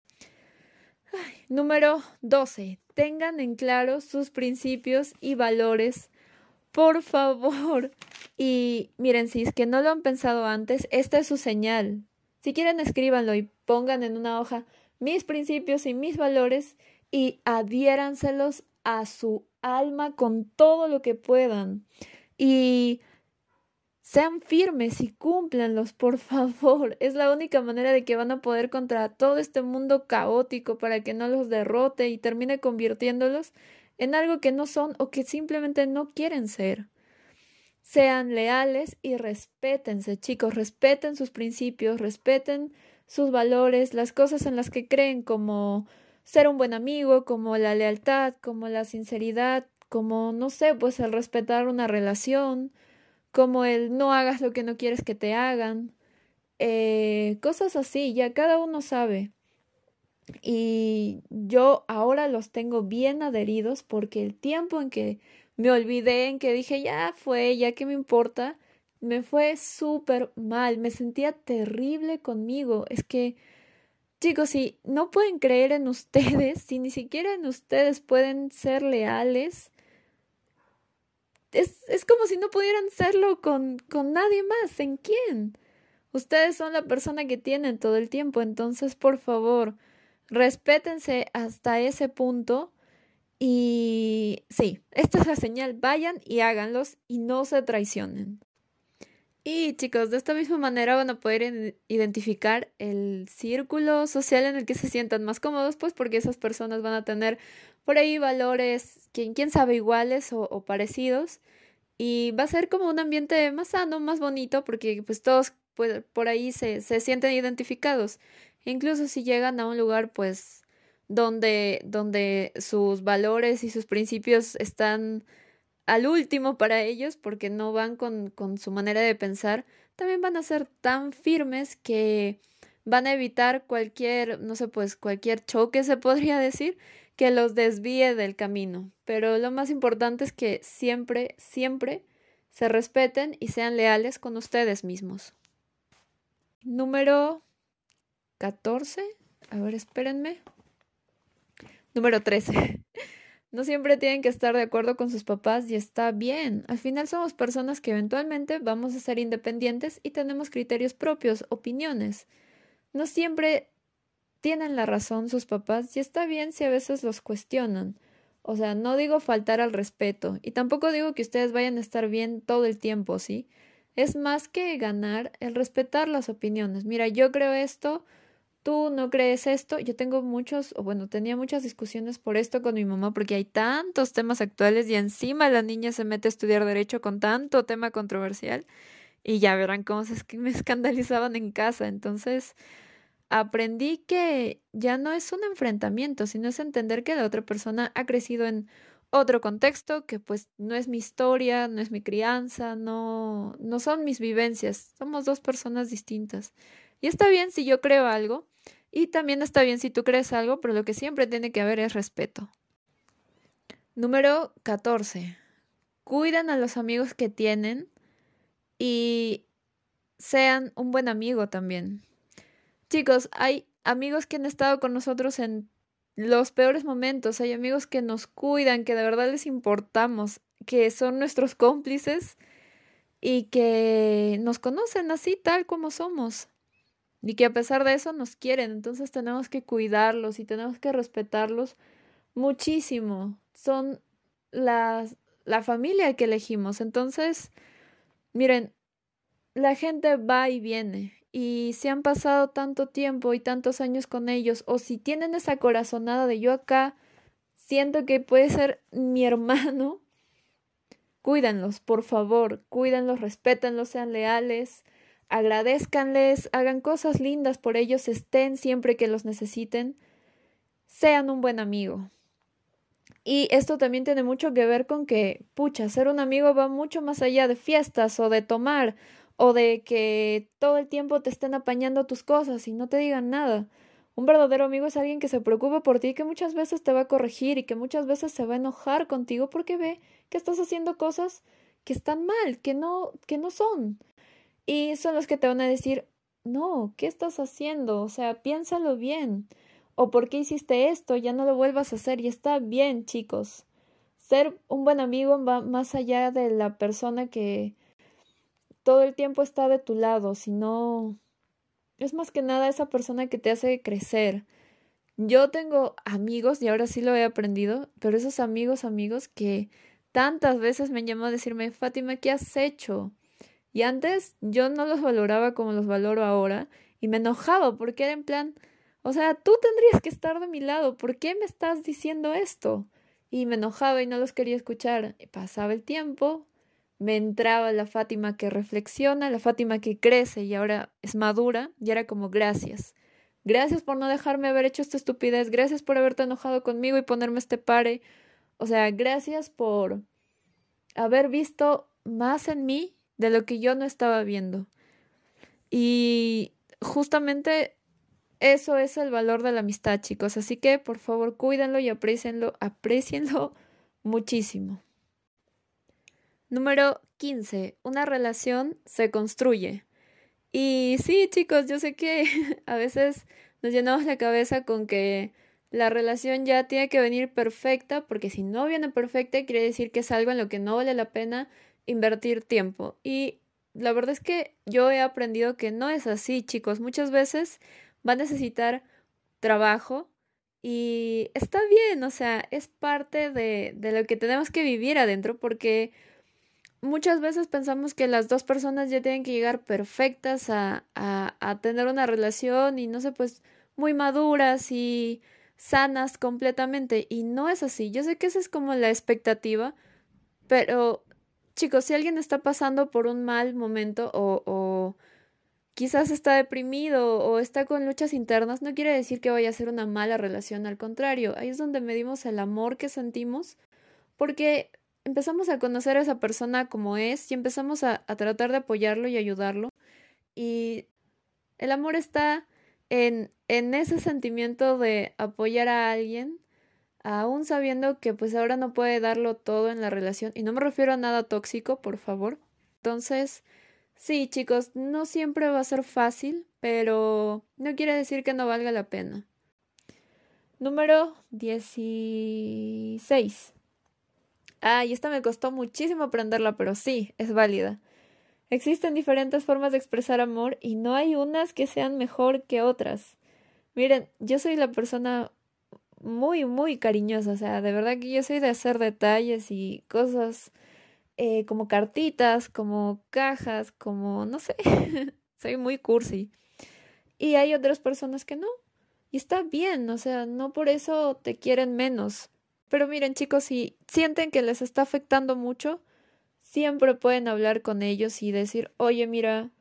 Número doce. Tengan en claro sus principios y valores, por favor. Y miren, si es que no lo han pensado antes, esta es su señal. Si quieren, escríbanlo y pongan en una hoja mis principios y mis valores y adhiéranselos a su alma con todo lo que puedan. Y sean firmes y cúmplanlos, por favor. Es la única manera de que van a poder contra todo este mundo caótico para que no los derrote y termine convirtiéndolos en algo que no son o que simplemente no quieren ser. Sean leales y respétense, chicos, respeten sus principios, respeten sus valores, las cosas en las que creen, como ser un buen amigo, como la lealtad, como la sinceridad, como, no sé, pues el respetar una relación, como el no hagas lo que no quieres que te hagan, eh, cosas así, ya cada uno sabe. Y yo ahora los tengo bien adheridos porque el tiempo en que me olvidé, en que dije, ya fue, ya que me importa, me fue súper mal, me sentía terrible conmigo. Es que, chicos, si no pueden creer en ustedes, si ni siquiera en ustedes pueden ser leales, es, es como si no pudieran serlo con, con nadie más. ¿En quién? Ustedes son la persona que tienen todo el tiempo, entonces, por favor, respétense hasta ese punto. Y sí, esta es la señal, vayan y háganlos y no se traicionen. Y chicos, de esta misma manera van a poder in- identificar el círculo social en el que se sientan más cómodos, pues porque esas personas van a tener por ahí valores, quién, quién sabe, iguales o, o parecidos. Y va a ser como un ambiente más sano, más bonito, porque pues todos pues, por ahí se, se sienten identificados. Incluso si llegan a un lugar pues donde, donde sus valores y sus principios están al último para ellos, porque no van con, con su manera de pensar, también van a ser tan firmes que van a evitar cualquier, no sé, pues cualquier choque se podría decir, que los desvíe del camino. Pero lo más importante es que siempre, siempre se respeten y sean leales con ustedes mismos. Número catorce. A ver, espérenme. Número trece. No siempre tienen que estar de acuerdo con sus papás y está bien. Al final somos personas que eventualmente vamos a ser independientes y tenemos criterios propios, opiniones. No siempre tienen la razón sus papás y está bien si a veces los cuestionan. O sea, no digo faltar al respeto y tampoco digo que ustedes vayan a estar bien todo el tiempo, ¿sí? Es más que ganar el respetar las opiniones. Mira, yo creo esto, tú no crees esto. Yo tengo muchos, o bueno, tenía muchas discusiones por esto con mi mamá porque hay tantos temas actuales y encima la niña se mete a estudiar derecho con tanto tema controversial y ya verán cómo se es que me escandalizaban en casa. Entonces aprendí que ya no es un enfrentamiento, sino es entender que la otra persona ha crecido en otro contexto, que pues no es mi historia, no es mi crianza, no, no son mis vivencias, somos dos personas distintas. Y está bien si yo creo algo, y también está bien si tú crees algo, pero lo que siempre tiene que haber es respeto. Número catorce. Cuidan a los amigos que tienen y sean un buen amigo también. Chicos, hay amigos que han estado con nosotros en los peores momentos, hay amigos que nos cuidan, que de verdad les importamos, que son nuestros cómplices y que nos conocen así tal como somos y que a pesar de eso nos quieren, entonces tenemos que cuidarlos y tenemos que respetarlos muchísimo. Son las, la familia que elegimos, entonces, miren, la gente va y viene. Y si han pasado tanto tiempo y tantos años con ellos, o si tienen esa corazonada de yo acá, siento que puede ser mi hermano, cuídenlos, por favor, cuídenlos, respétenlos, sean leales, agradézcanles, hagan cosas lindas por ellos, estén siempre que los necesiten, sean un buen amigo. Y esto también tiene mucho que ver con que, pucha, ser un amigo va mucho más allá de fiestas o de tomar o de que todo el tiempo te estén apañando tus cosas y no te digan nada. Un verdadero amigo es alguien que se preocupa por ti, que muchas veces te va a corregir y que muchas veces se va a enojar contigo porque ve que estás haciendo cosas que están mal, que no, que no son. Y son los que te van a decir, no, ¿qué estás haciendo? O sea, piénsalo bien. O ¿por qué hiciste esto? Ya no lo vuelvas a hacer. Y está bien, chicos. Ser un buen amigo va más allá de la persona que todo el tiempo está de tu lado, sino es más que nada esa persona que te hace crecer. Yo tengo amigos, y ahora sí lo he aprendido, pero esos amigos, amigos que tantas veces me han llamado a decirme, Fátima, ¿qué has hecho? Y antes yo no los valoraba como los valoro ahora y me enojaba porque era en plan, o sea, tú tendrías que estar de mi lado, ¿por qué me estás diciendo esto? Y me enojaba y no los quería escuchar. Y pasaba el tiempo, me entraba la Fátima que reflexiona, la Fátima que crece y ahora es madura y era como gracias. Gracias por no dejarme haber hecho esta estupidez, gracias por haberte enojado conmigo y ponerme este pare. O sea, gracias por haber visto más en mí de lo que yo no estaba viendo. Y justamente eso es el valor de la amistad, chicos. Así que por favor, cuídenlo y aprecienlo, aprecienlo muchísimo. Número quince. Una relación se construye. Y sí, chicos, yo sé que a veces nos llenamos la cabeza con que la relación ya tiene que venir perfecta, porque si no viene perfecta, quiere decir que es algo en lo que no vale la pena invertir tiempo. Y la verdad es que yo he aprendido que no es así, chicos. Muchas veces va a necesitar trabajo y está bien, o sea, es parte de, de lo que tenemos que vivir adentro, porque muchas veces pensamos que las dos personas ya tienen que llegar perfectas a, a, a tener una relación y no sé, pues muy maduras y sanas completamente. Y no es así. Yo sé que esa es como la expectativa, pero chicos, si alguien está pasando por un mal momento o, o quizás está deprimido o está con luchas internas, no quiere decir que vaya a ser una mala relación. Al contrario, ahí es donde medimos el amor que sentimos porque empezamos a conocer a esa persona como es y empezamos a, a tratar de apoyarlo y ayudarlo. Y el amor está en, en ese sentimiento de apoyar a alguien, aún sabiendo que pues ahora no puede darlo todo en la relación. Y no me refiero a nada tóxico, por favor. Entonces, sí, chicos, no siempre va a ser fácil, pero no quiere decir que no valga la pena. Número dieciséis. Ah, y esta me costó muchísimo aprenderla, pero sí, es válida. Existen diferentes formas de expresar amor y no hay unas que sean mejor que otras. Miren, yo soy la persona muy, muy cariñosa, o sea, de verdad que yo soy de hacer detalles y cosas eh, como cartitas, como cajas, como, no sé, soy muy cursi. Y hay otras personas que no. Y está bien, o sea, no por eso te quieren menos. Pero miren, chicos, si sienten que les está afectando mucho, siempre pueden hablar con ellos y decir, oye, mira,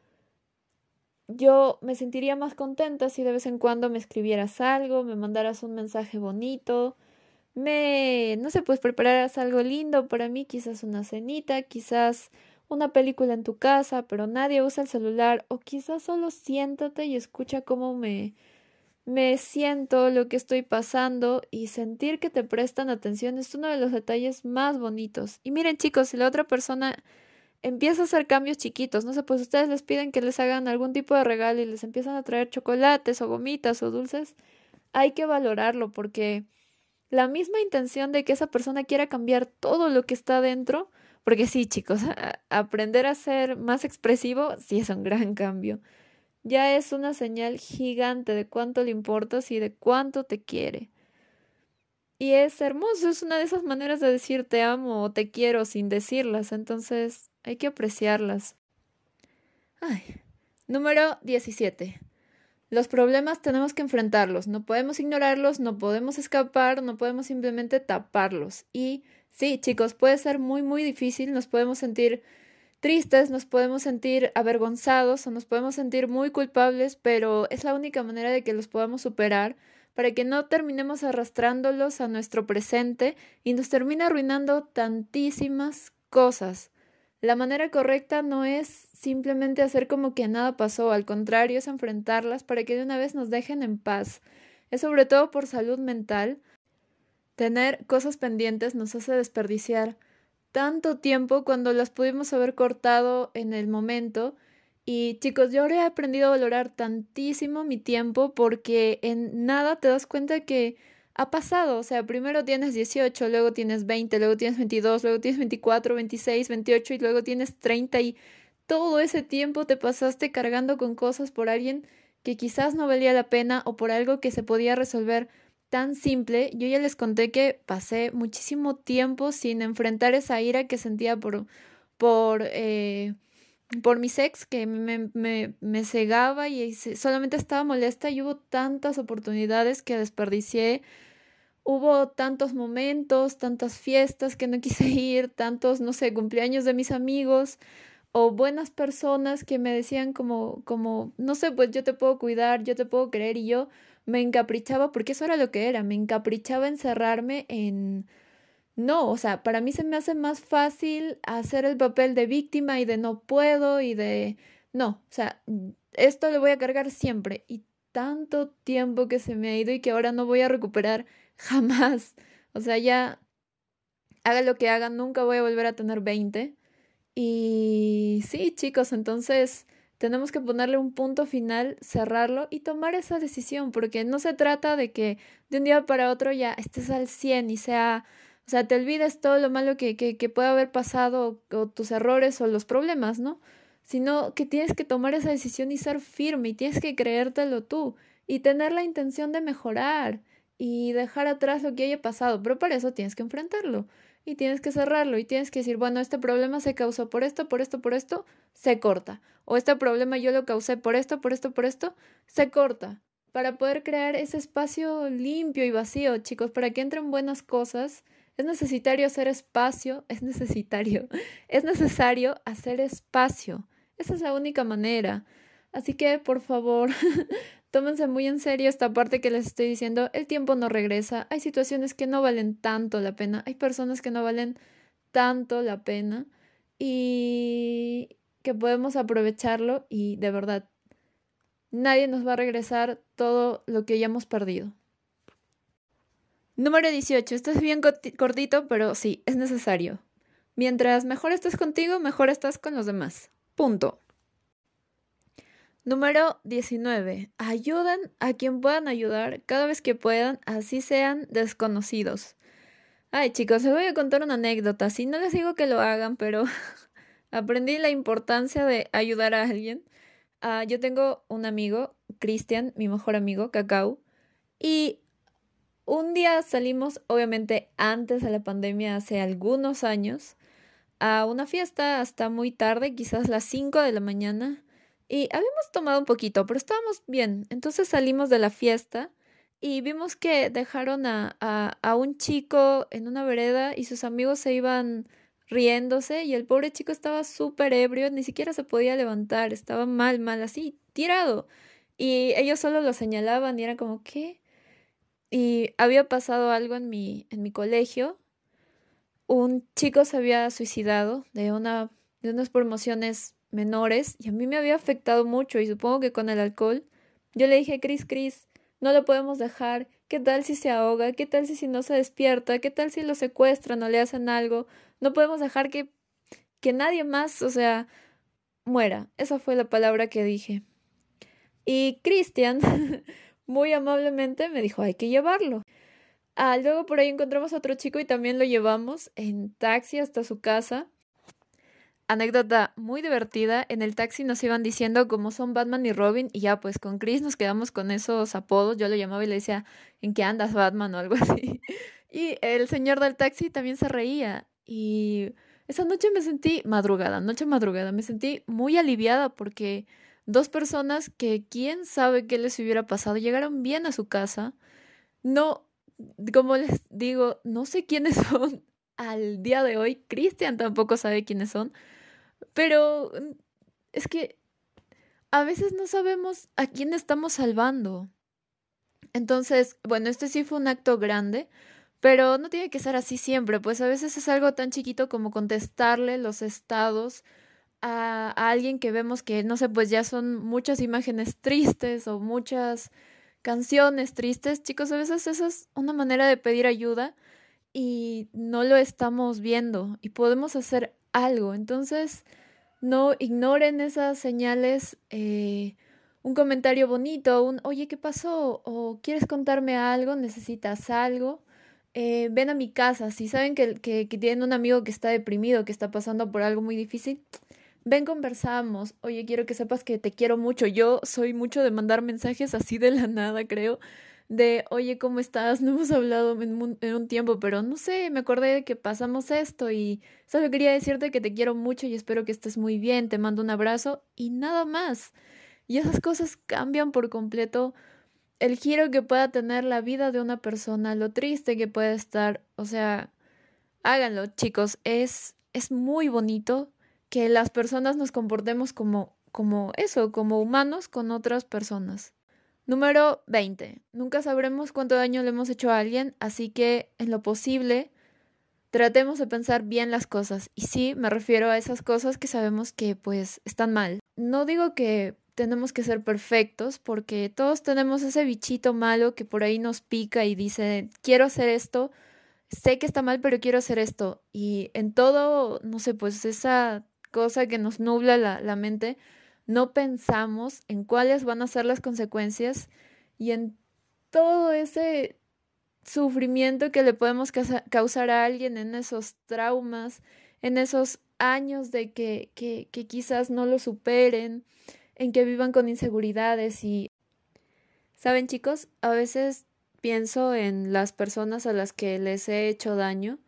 yo me sentiría más contenta si de vez en cuando me escribieras algo, me mandaras un mensaje bonito, me, no sé, pues prepararas algo lindo para mí, quizás una cenita, quizás una película en tu casa, pero nadie usa el celular, o quizás solo siéntate y escucha cómo me me siento lo que estoy pasando y sentir que te prestan atención es uno de los detalles más bonitos. Y miren chicos, si la otra persona empieza a hacer cambios chiquitos. No sé, pues ustedes les piden que les hagan algún tipo de regalo y les empiezan a traer chocolates o gomitas o dulces. Hay que valorarlo porque la misma intención de que esa persona quiera cambiar todo lo que está dentro, porque sí, chicos, a- aprender a ser más expresivo sí es un gran cambio. Ya es una señal gigante de cuánto le importas y de cuánto te quiere. Y es hermoso, es una de esas maneras de decir te amo o te quiero sin decirlas, entonces hay que apreciarlas. Ay. Número diecisiete. Los problemas tenemos que enfrentarlos, no podemos ignorarlos, no podemos escapar, no podemos simplemente taparlos. Y sí, chicos, puede ser muy, muy difícil, nos podemos sentir tristes, nos podemos sentir avergonzados o nos podemos sentir muy culpables, pero es la única manera de que los podamos superar para que no terminemos arrastrándolos a nuestro presente y nos termine arruinando tantísimas cosas. La manera correcta no es simplemente hacer como que nada pasó, al contrario, es enfrentarlas para que de una vez nos dejen en paz. Es sobre todo por salud mental. Tener cosas pendientes nos hace desperdiciar tanto tiempo cuando las pudimos haber cortado en el momento. Y chicos, yo ahora he aprendido a valorar tantísimo mi tiempo porque en nada te das cuenta que ha pasado. O sea, primero tienes dieciocho, luego tienes veinte, luego tienes veintidós, luego tienes veinticuatro, veintiséis, veintiocho y luego tienes treinta y todo ese tiempo te pasaste cargando con cosas por alguien que quizás no valía la pena o por algo que se podía resolver tan simple. Yo ya les conté que pasé muchísimo tiempo sin enfrentar esa ira que sentía por, por, eh, por mis ex, que me, me, me cegaba y se- solamente estaba molesta y hubo tantas oportunidades que desperdicié. Hubo tantos momentos, tantas fiestas que no quise ir, tantos, no sé, cumpleaños de mis amigos o buenas personas que me decían como, como, no sé, pues yo te puedo cuidar, yo te puedo querer y yo me encaprichaba, porque eso era lo que era, me encaprichaba encerrarme en... No, o sea, para mí se me hace más fácil hacer el papel de víctima y de no puedo y de... No, o sea, esto lo voy a cargar siempre y tanto tiempo que se me ha ido y que ahora no voy a recuperar jamás. O sea, ya haga lo que haga, nunca voy a volver a tener veinte. Y sí, chicos, entonces tenemos que ponerle un punto final, cerrarlo y tomar esa decisión, porque no se trata de que de un día para otro ya estés al cien y sea, o sea, te olvides todo lo malo que, que, que pueda haber pasado o, o tus errores o los problemas, ¿no? Sino que tienes que tomar esa decisión y ser firme y tienes que creértelo tú y tener la intención de mejorar y dejar atrás lo que haya pasado, pero para eso tienes que enfrentarlo y tienes que cerrarlo y tienes que decir, bueno, este problema se causó por esto, por esto, por esto, se corta. O este problema yo lo causé por esto, por esto, por esto, se corta. Para poder crear ese espacio limpio y vacío, chicos, para que entren buenas cosas, es necesario hacer espacio, es necesario, es necesario hacer espacio. Esa es la única manera. Así que, por favor, tómense muy en serio esta parte que les estoy diciendo. El tiempo no regresa. Hay situaciones que no valen tanto la pena. Hay personas que no valen tanto la pena y que podemos aprovecharlo y de verdad, nadie nos va a regresar todo lo que hayamos perdido. Número dieciocho. Esto es bien corti- cortito, pero sí, es necesario. Mientras mejor estés contigo, mejor estás con los demás. Punto. Número diecinueve. Ayuden a quien puedan ayudar cada vez que puedan, así sean desconocidos. Ay, chicos, les voy a contar una anécdota. Sí, no les digo que lo hagan, pero aprendí la importancia de ayudar a alguien. Ah, yo tengo un amigo, Cristian, mi mejor amigo, Cacao, y un día salimos, obviamente antes de la pandemia, hace algunos años, a una fiesta hasta muy tarde, quizás las cinco de la mañana, y habíamos tomado un poquito, pero estábamos bien. Entonces salimos de la fiesta y vimos que dejaron a, a, a un chico en una vereda y sus amigos se iban riéndose y el pobre chico estaba súper ebrio, ni siquiera se podía levantar, estaba mal, mal, así, tirado. Y ellos solo lo señalaban y era como, ¿qué? Y había pasado algo en mi, en mi colegio. Un chico se había suicidado de una, de unas promociones menores y a mí me había afectado mucho y supongo que con el alcohol. Yo le dije, Cris, Cris, no lo podemos dejar. ¿Qué tal si se ahoga? ¿Qué tal si, si no se despierta? ¿Qué tal si lo secuestran o le hacen algo? No podemos dejar que, que nadie más, o sea, muera. Esa fue la palabra que dije. Y Cristian, muy amablemente, me dijo, hay que llevarlo. Ah, luego por ahí encontramos a otro chico y también lo llevamos en taxi hasta su casa. Anécdota muy divertida, en el taxi nos iban diciendo cómo son Batman y Robin y ya pues con Chris nos quedamos con esos apodos, yo lo llamaba y le decía, ¿en qué andas Batman o algo así? Y el señor del taxi también se reía y esa noche me sentí madrugada, noche madrugada, me sentí muy aliviada porque dos personas que quién sabe qué les hubiera pasado llegaron bien a su casa, no, como les digo, no sé quiénes son al día de hoy, Christian tampoco sabe quiénes son. Pero mm, es que a veces no sabemos a quién estamos salvando. Entonces, bueno, este sí fue un acto grande, pero no tiene que ser así siempre, pues a veces es algo tan chiquito como contestarle los estados a, a alguien que vemos que, no sé, pues ya son muchas imágenes tristes o muchas canciones tristes. Chicos, a veces esa es una manera de pedir ayuda y no lo estamos viendo y podemos hacer algo. Entonces, no ignoren esas señales, eh, un comentario bonito, un oye, ¿qué pasó? O ¿quieres contarme algo? ¿Necesitas algo? Eh, ven a mi casa. Si saben que, que, que tienen un amigo que está deprimido, que está pasando por algo muy difícil, ven, conversamos. Oye, quiero que sepas que te quiero mucho. Yo soy mucho de mandar mensajes así de la nada, creo. De, oye, ¿cómo estás? No hemos hablado en un, en un tiempo, pero no sé, me acordé de que pasamos esto y solo quería decirte que te quiero mucho y espero que estés muy bien. Te mando un abrazo y nada más. Y esas cosas cambian por completo el giro que pueda tener la vida de una persona, lo triste que puede estar. O sea, háganlo, chicos. Es, es muy bonito que las personas nos comportemos como, como eso, como humanos con otras personas. Número veinte. Nunca sabremos cuánto daño le hemos hecho a alguien, así que en lo posible tratemos de pensar bien las cosas. Y sí, me refiero a esas cosas que sabemos que pues están mal. No digo que tenemos que ser perfectos, porque todos tenemos ese bichito malo que por ahí nos pica y dice, quiero hacer esto, sé que está mal, pero quiero hacer esto. Y en todo, no sé, pues esa cosa que nos nubla la, la mente, no pensamos en cuáles van a ser las consecuencias y en todo ese sufrimiento que le podemos causa- causar a alguien en esos traumas, en esos años de que, que, que quizás no lo superen, en que vivan con inseguridades y, ¿saben, chicos? A veces pienso en las personas a las que les he hecho daño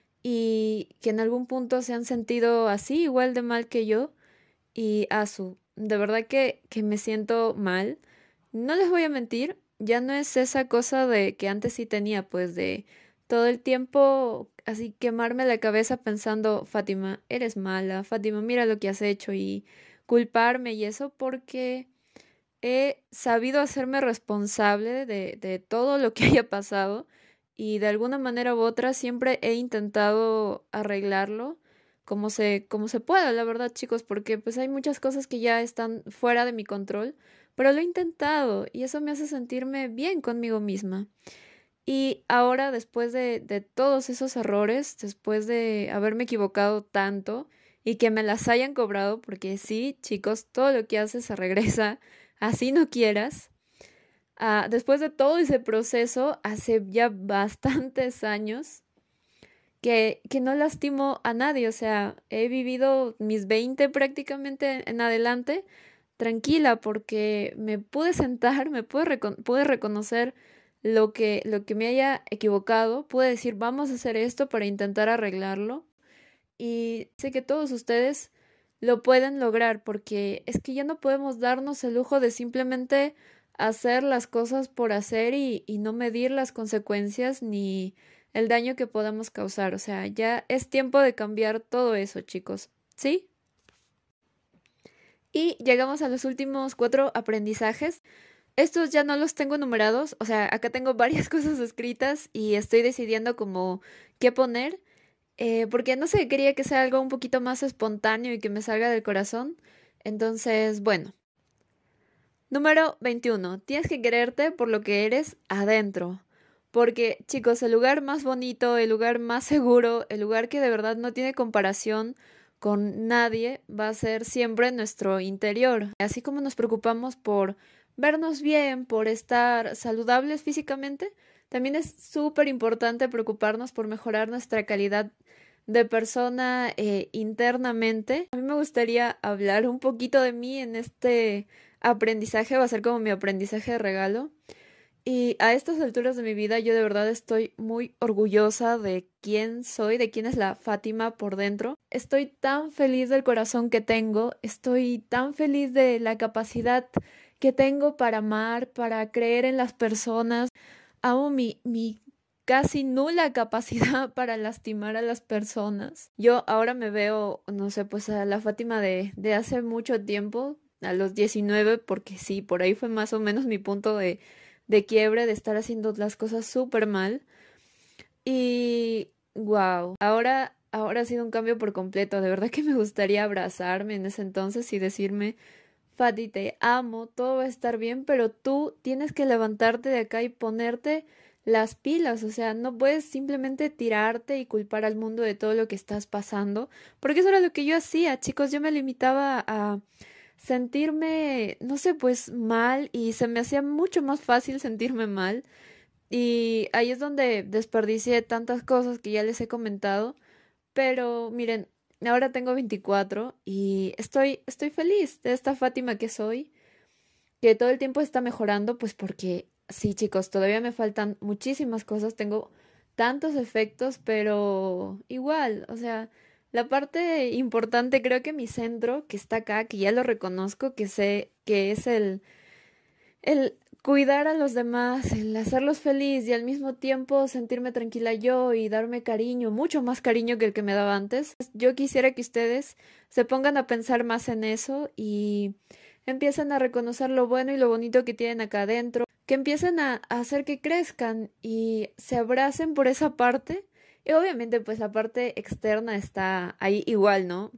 y que en algún punto se han sentido así, igual de mal que yo, y a su, de verdad que, que me siento mal. No les voy a mentir, ya no es esa cosa de que antes sí tenía, pues de todo el tiempo así quemarme la cabeza pensando, Fátima, eres mala, Fátima, mira lo que has hecho y culparme y eso porque he sabido hacerme responsable de, de todo lo que haya pasado y de alguna manera u otra siempre he intentado arreglarlo como se, como se pueda, la verdad, chicos, porque pues hay muchas cosas que ya están fuera de mi control, pero lo he intentado y eso me hace sentirme bien conmigo misma. Y ahora, después de, de todos esos errores, después de haberme equivocado tanto y que me las hayan cobrado, porque sí, chicos, todo lo que haces se regresa, así no quieras. Ah, después de todo ese proceso, hace ya bastantes años que, que no lastimo a nadie, o sea, he vivido mis veinte prácticamente en adelante tranquila porque me pude sentar, me pude, recon- pude reconocer lo que, lo que me haya equivocado, pude decir, vamos a hacer esto para intentar arreglarlo y sé que todos ustedes lo pueden lograr porque es que ya no podemos darnos el lujo de simplemente hacer las cosas por hacer y, y no medir las consecuencias ni el daño que podamos causar. O sea, ya es tiempo de cambiar todo eso, chicos. ¿Sí? Y llegamos a los últimos cuatro aprendizajes. Estos ya no los tengo numerados, o sea, acá tengo varias cosas escritas y estoy decidiendo como qué poner, eh, porque no sé, quería que sea algo un poquito más espontáneo y que me salga del corazón. Entonces, bueno, número veintiuno. Tienes que quererte por lo que eres adentro. Porque, chicos, el lugar más bonito, el lugar más seguro, el lugar que de verdad no tiene comparación con nadie va a ser siempre nuestro interior. Así como nos preocupamos por vernos bien, por estar saludables físicamente, también es súper importante preocuparnos por mejorar nuestra calidad de persona eh, internamente. A mí me gustaría hablar un poquito de mí en este aprendizaje, va a ser como mi aprendizaje de regalo. Y a estas alturas de mi vida yo de verdad estoy muy orgullosa de quién soy, de quién es la Fátima por dentro. Estoy tan feliz del corazón que tengo, estoy tan feliz de la capacidad que tengo para amar, para creer en las personas. Amo mi, mi casi nula capacidad para lastimar a las personas. Yo ahora me veo, no sé, pues a la Fátima de, de hace mucho tiempo, a los diecinueve, porque sí, por ahí fue más o menos mi punto de de quiebre, de estar haciendo las cosas súper mal. Y wow, ahora, ahora ha sido un cambio por completo. De verdad que me gustaría abrazarme en ese entonces y decirme, Fati, te amo, todo va a estar bien, pero tú tienes que levantarte de acá y ponerte las pilas. O sea, no puedes simplemente tirarte y culpar al mundo de todo lo que estás pasando, porque eso era lo que yo hacía, chicos. Yo me limitaba a sentirme, no sé, pues mal, y se me hacía mucho más fácil sentirme mal. Y ahí es donde desperdicié tantas cosas que ya les he comentado. Pero miren, ahora tengo veinticuatro y estoy, estoy feliz de esta Fátima que soy, que todo el tiempo está mejorando, pues porque sí, chicos, todavía me faltan muchísimas cosas, tengo tantos efectos, pero igual, o sea, la parte importante, creo que mi centro, que está acá, que ya lo reconozco, que sé que es el, el cuidar a los demás, el hacerlos feliz y al mismo tiempo sentirme tranquila yo y darme cariño, mucho más cariño que el que me daba antes. Yo quisiera que ustedes se pongan a pensar más en eso y empiecen a reconocer lo bueno y lo bonito que tienen acá adentro, que empiecen a, a hacer que crezcan y se abracen por esa parte. Y obviamente pues la parte externa está ahí igual, ¿no?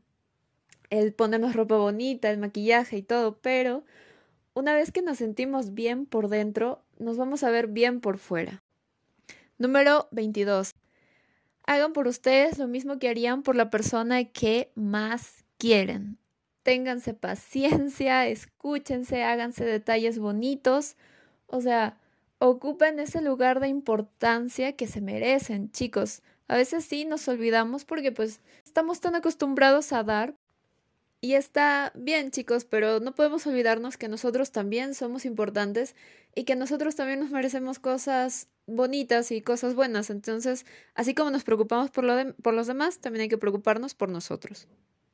El ponernos ropa bonita, el maquillaje y todo, pero una vez que nos sentimos bien por dentro, nos vamos a ver bien por fuera. Número veintidós. Hagan por ustedes lo mismo que harían por la persona que más quieren. Ténganse paciencia, escúchense, háganse detalles bonitos. O sea, ocupen ese lugar de importancia que se merecen, chicos. A veces sí nos olvidamos porque pues estamos tan acostumbrados a dar. Y está bien, chicos, pero no podemos olvidarnos que nosotros también somos importantes y que nosotros también nos merecemos cosas bonitas y cosas buenas. Entonces, así como nos preocupamos por, lo de- por los demás, también hay que preocuparnos por nosotros.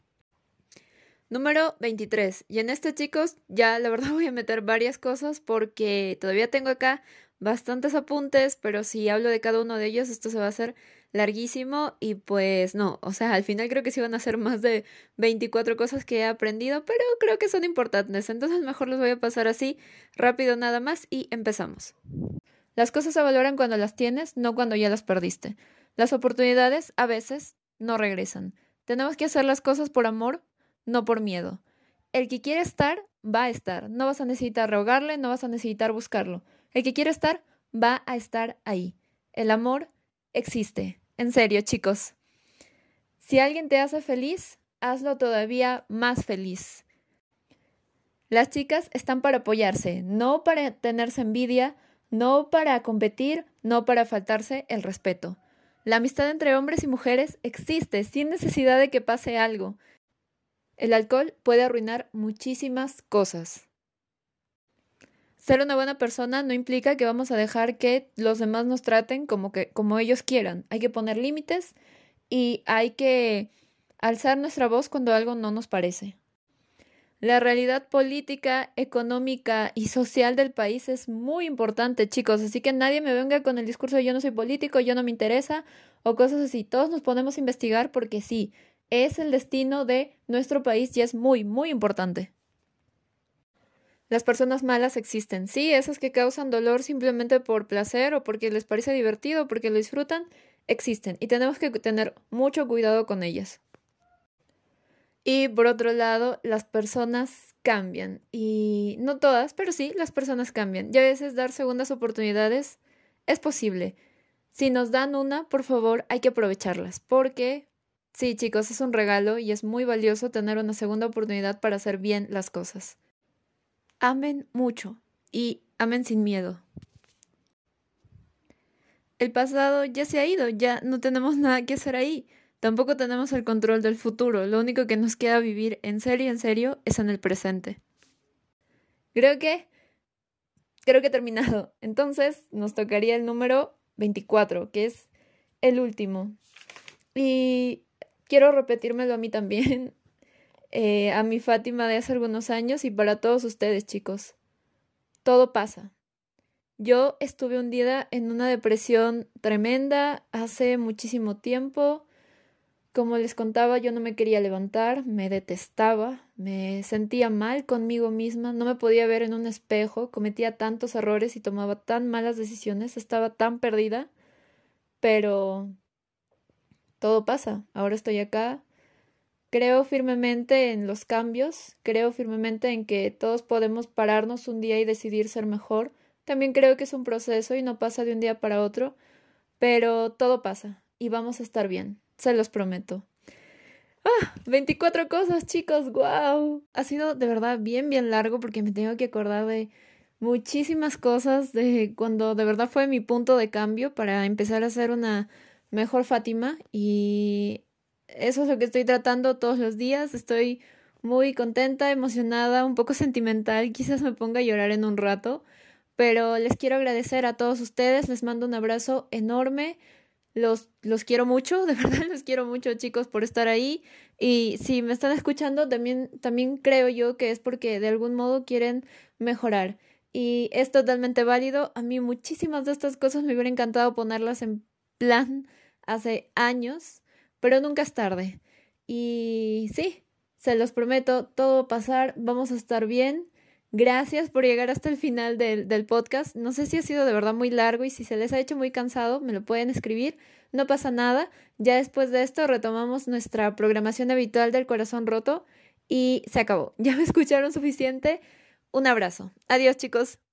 Número veintitrés. Y en este, chicos, ya la verdad voy a meter varias cosas porque todavía tengo acá bastantes apuntes, pero si hablo de cada uno de ellos, esto se va a hacer larguísimo y pues no, o sea, al final creo que sí van a ser más de veinticuatro cosas que he aprendido, pero creo que son importantes, entonces mejor los voy a pasar así rápido nada más y empezamos. Las cosas se valoran cuando las tienes, no cuando ya las perdiste. Las oportunidades a veces no regresan. Tenemos que hacer las cosas por amor, no por miedo. El que quiere estar, va a estar. No vas a necesitar rogarle, no vas a necesitar buscarlo. El que quiere estar, va a estar ahí. El amor existe. En serio, chicos. Si alguien te hace feliz, hazlo todavía más feliz. Las chicas están para apoyarse, no para tenerse envidia, no para competir, no para faltarse el respeto. La amistad entre hombres y mujeres existe sin necesidad de que pase algo. El alcohol puede arruinar muchísimas cosas. Ser una buena persona no implica que vamos a dejar que los demás nos traten como que, como ellos quieran. Hay que poner límites y hay que alzar nuestra voz cuando algo no nos parece. La realidad política, económica y social del país es muy importante, chicos, así que nadie me venga con el discurso de yo no soy político, yo no me interesa o cosas así. Todos nos podemos investigar porque sí, es el destino de nuestro país y es muy, muy importante. Las personas malas existen, sí, esas que causan dolor simplemente por placer o porque les parece divertido, porque lo disfrutan, existen y tenemos que tener mucho cuidado con ellas. Y por otro lado, las personas cambian. Y no todas, pero sí, las personas cambian. Y a veces dar segundas oportunidades es posible. Si nos dan una, por favor, hay que aprovecharlas. Porque Sí, chicos, es un regalo y es muy valioso tener una segunda oportunidad para hacer bien las cosas. Amen mucho y amen sin miedo. El pasado ya se ha ido, ya no tenemos nada que hacer ahí. Tampoco tenemos el control del futuro. Lo único que nos queda vivir en serio, en serio, es en el presente. Creo que, creo que he terminado. Entonces nos tocaría el número veinticuatro, que es el último. Y quiero repetírmelo a mí también, eh, a mi Fátima de hace algunos años y para todos ustedes, chicos. Todo pasa. Yo estuve hundida en una depresión tremenda hace muchísimo tiempo. Como les contaba, yo no me quería levantar, me detestaba, me sentía mal conmigo misma, no me podía ver en un espejo, cometía tantos errores y tomaba tan malas decisiones, estaba tan perdida, pero todo pasa. Ahora estoy acá. Creo firmemente en los cambios, creo firmemente en que todos podemos pararnos un día y decidir ser mejor. También creo que es un proceso y no pasa de un día para otro, pero todo pasa y vamos a estar bien, se los prometo. ¡Ah! veinticuatro cosas, chicos, wow. Ha sido de verdad bien, bien largo porque me tengo que acordar de muchísimas cosas de cuando de verdad fue mi punto de cambio para empezar a ser una mejor Fátima y eso es lo que estoy tratando todos los días. Estoy muy contenta, emocionada, un poco sentimental, quizás me ponga a llorar en un rato, pero les quiero agradecer a todos ustedes, les mando un abrazo enorme. Los, los quiero mucho, de verdad los quiero mucho, chicos, por estar ahí. Y si me están escuchando, también, también creo yo que es porque de algún modo quieren mejorar. Y es totalmente válido. A mí muchísimas de estas cosas me hubiera encantado ponerlas en plan hace años, pero nunca es tarde. Y sí, se los prometo, todo va a pasar, vamos a estar bien. Gracias por llegar hasta el final del, del podcast. No sé si ha sido de verdad muy largo y si se les ha hecho muy cansado, me lo pueden escribir. No pasa nada. Ya después de esto retomamos nuestra programación habitual del corazón roto y se acabó. Ya me escucharon suficiente. Un abrazo. Adiós, chicos.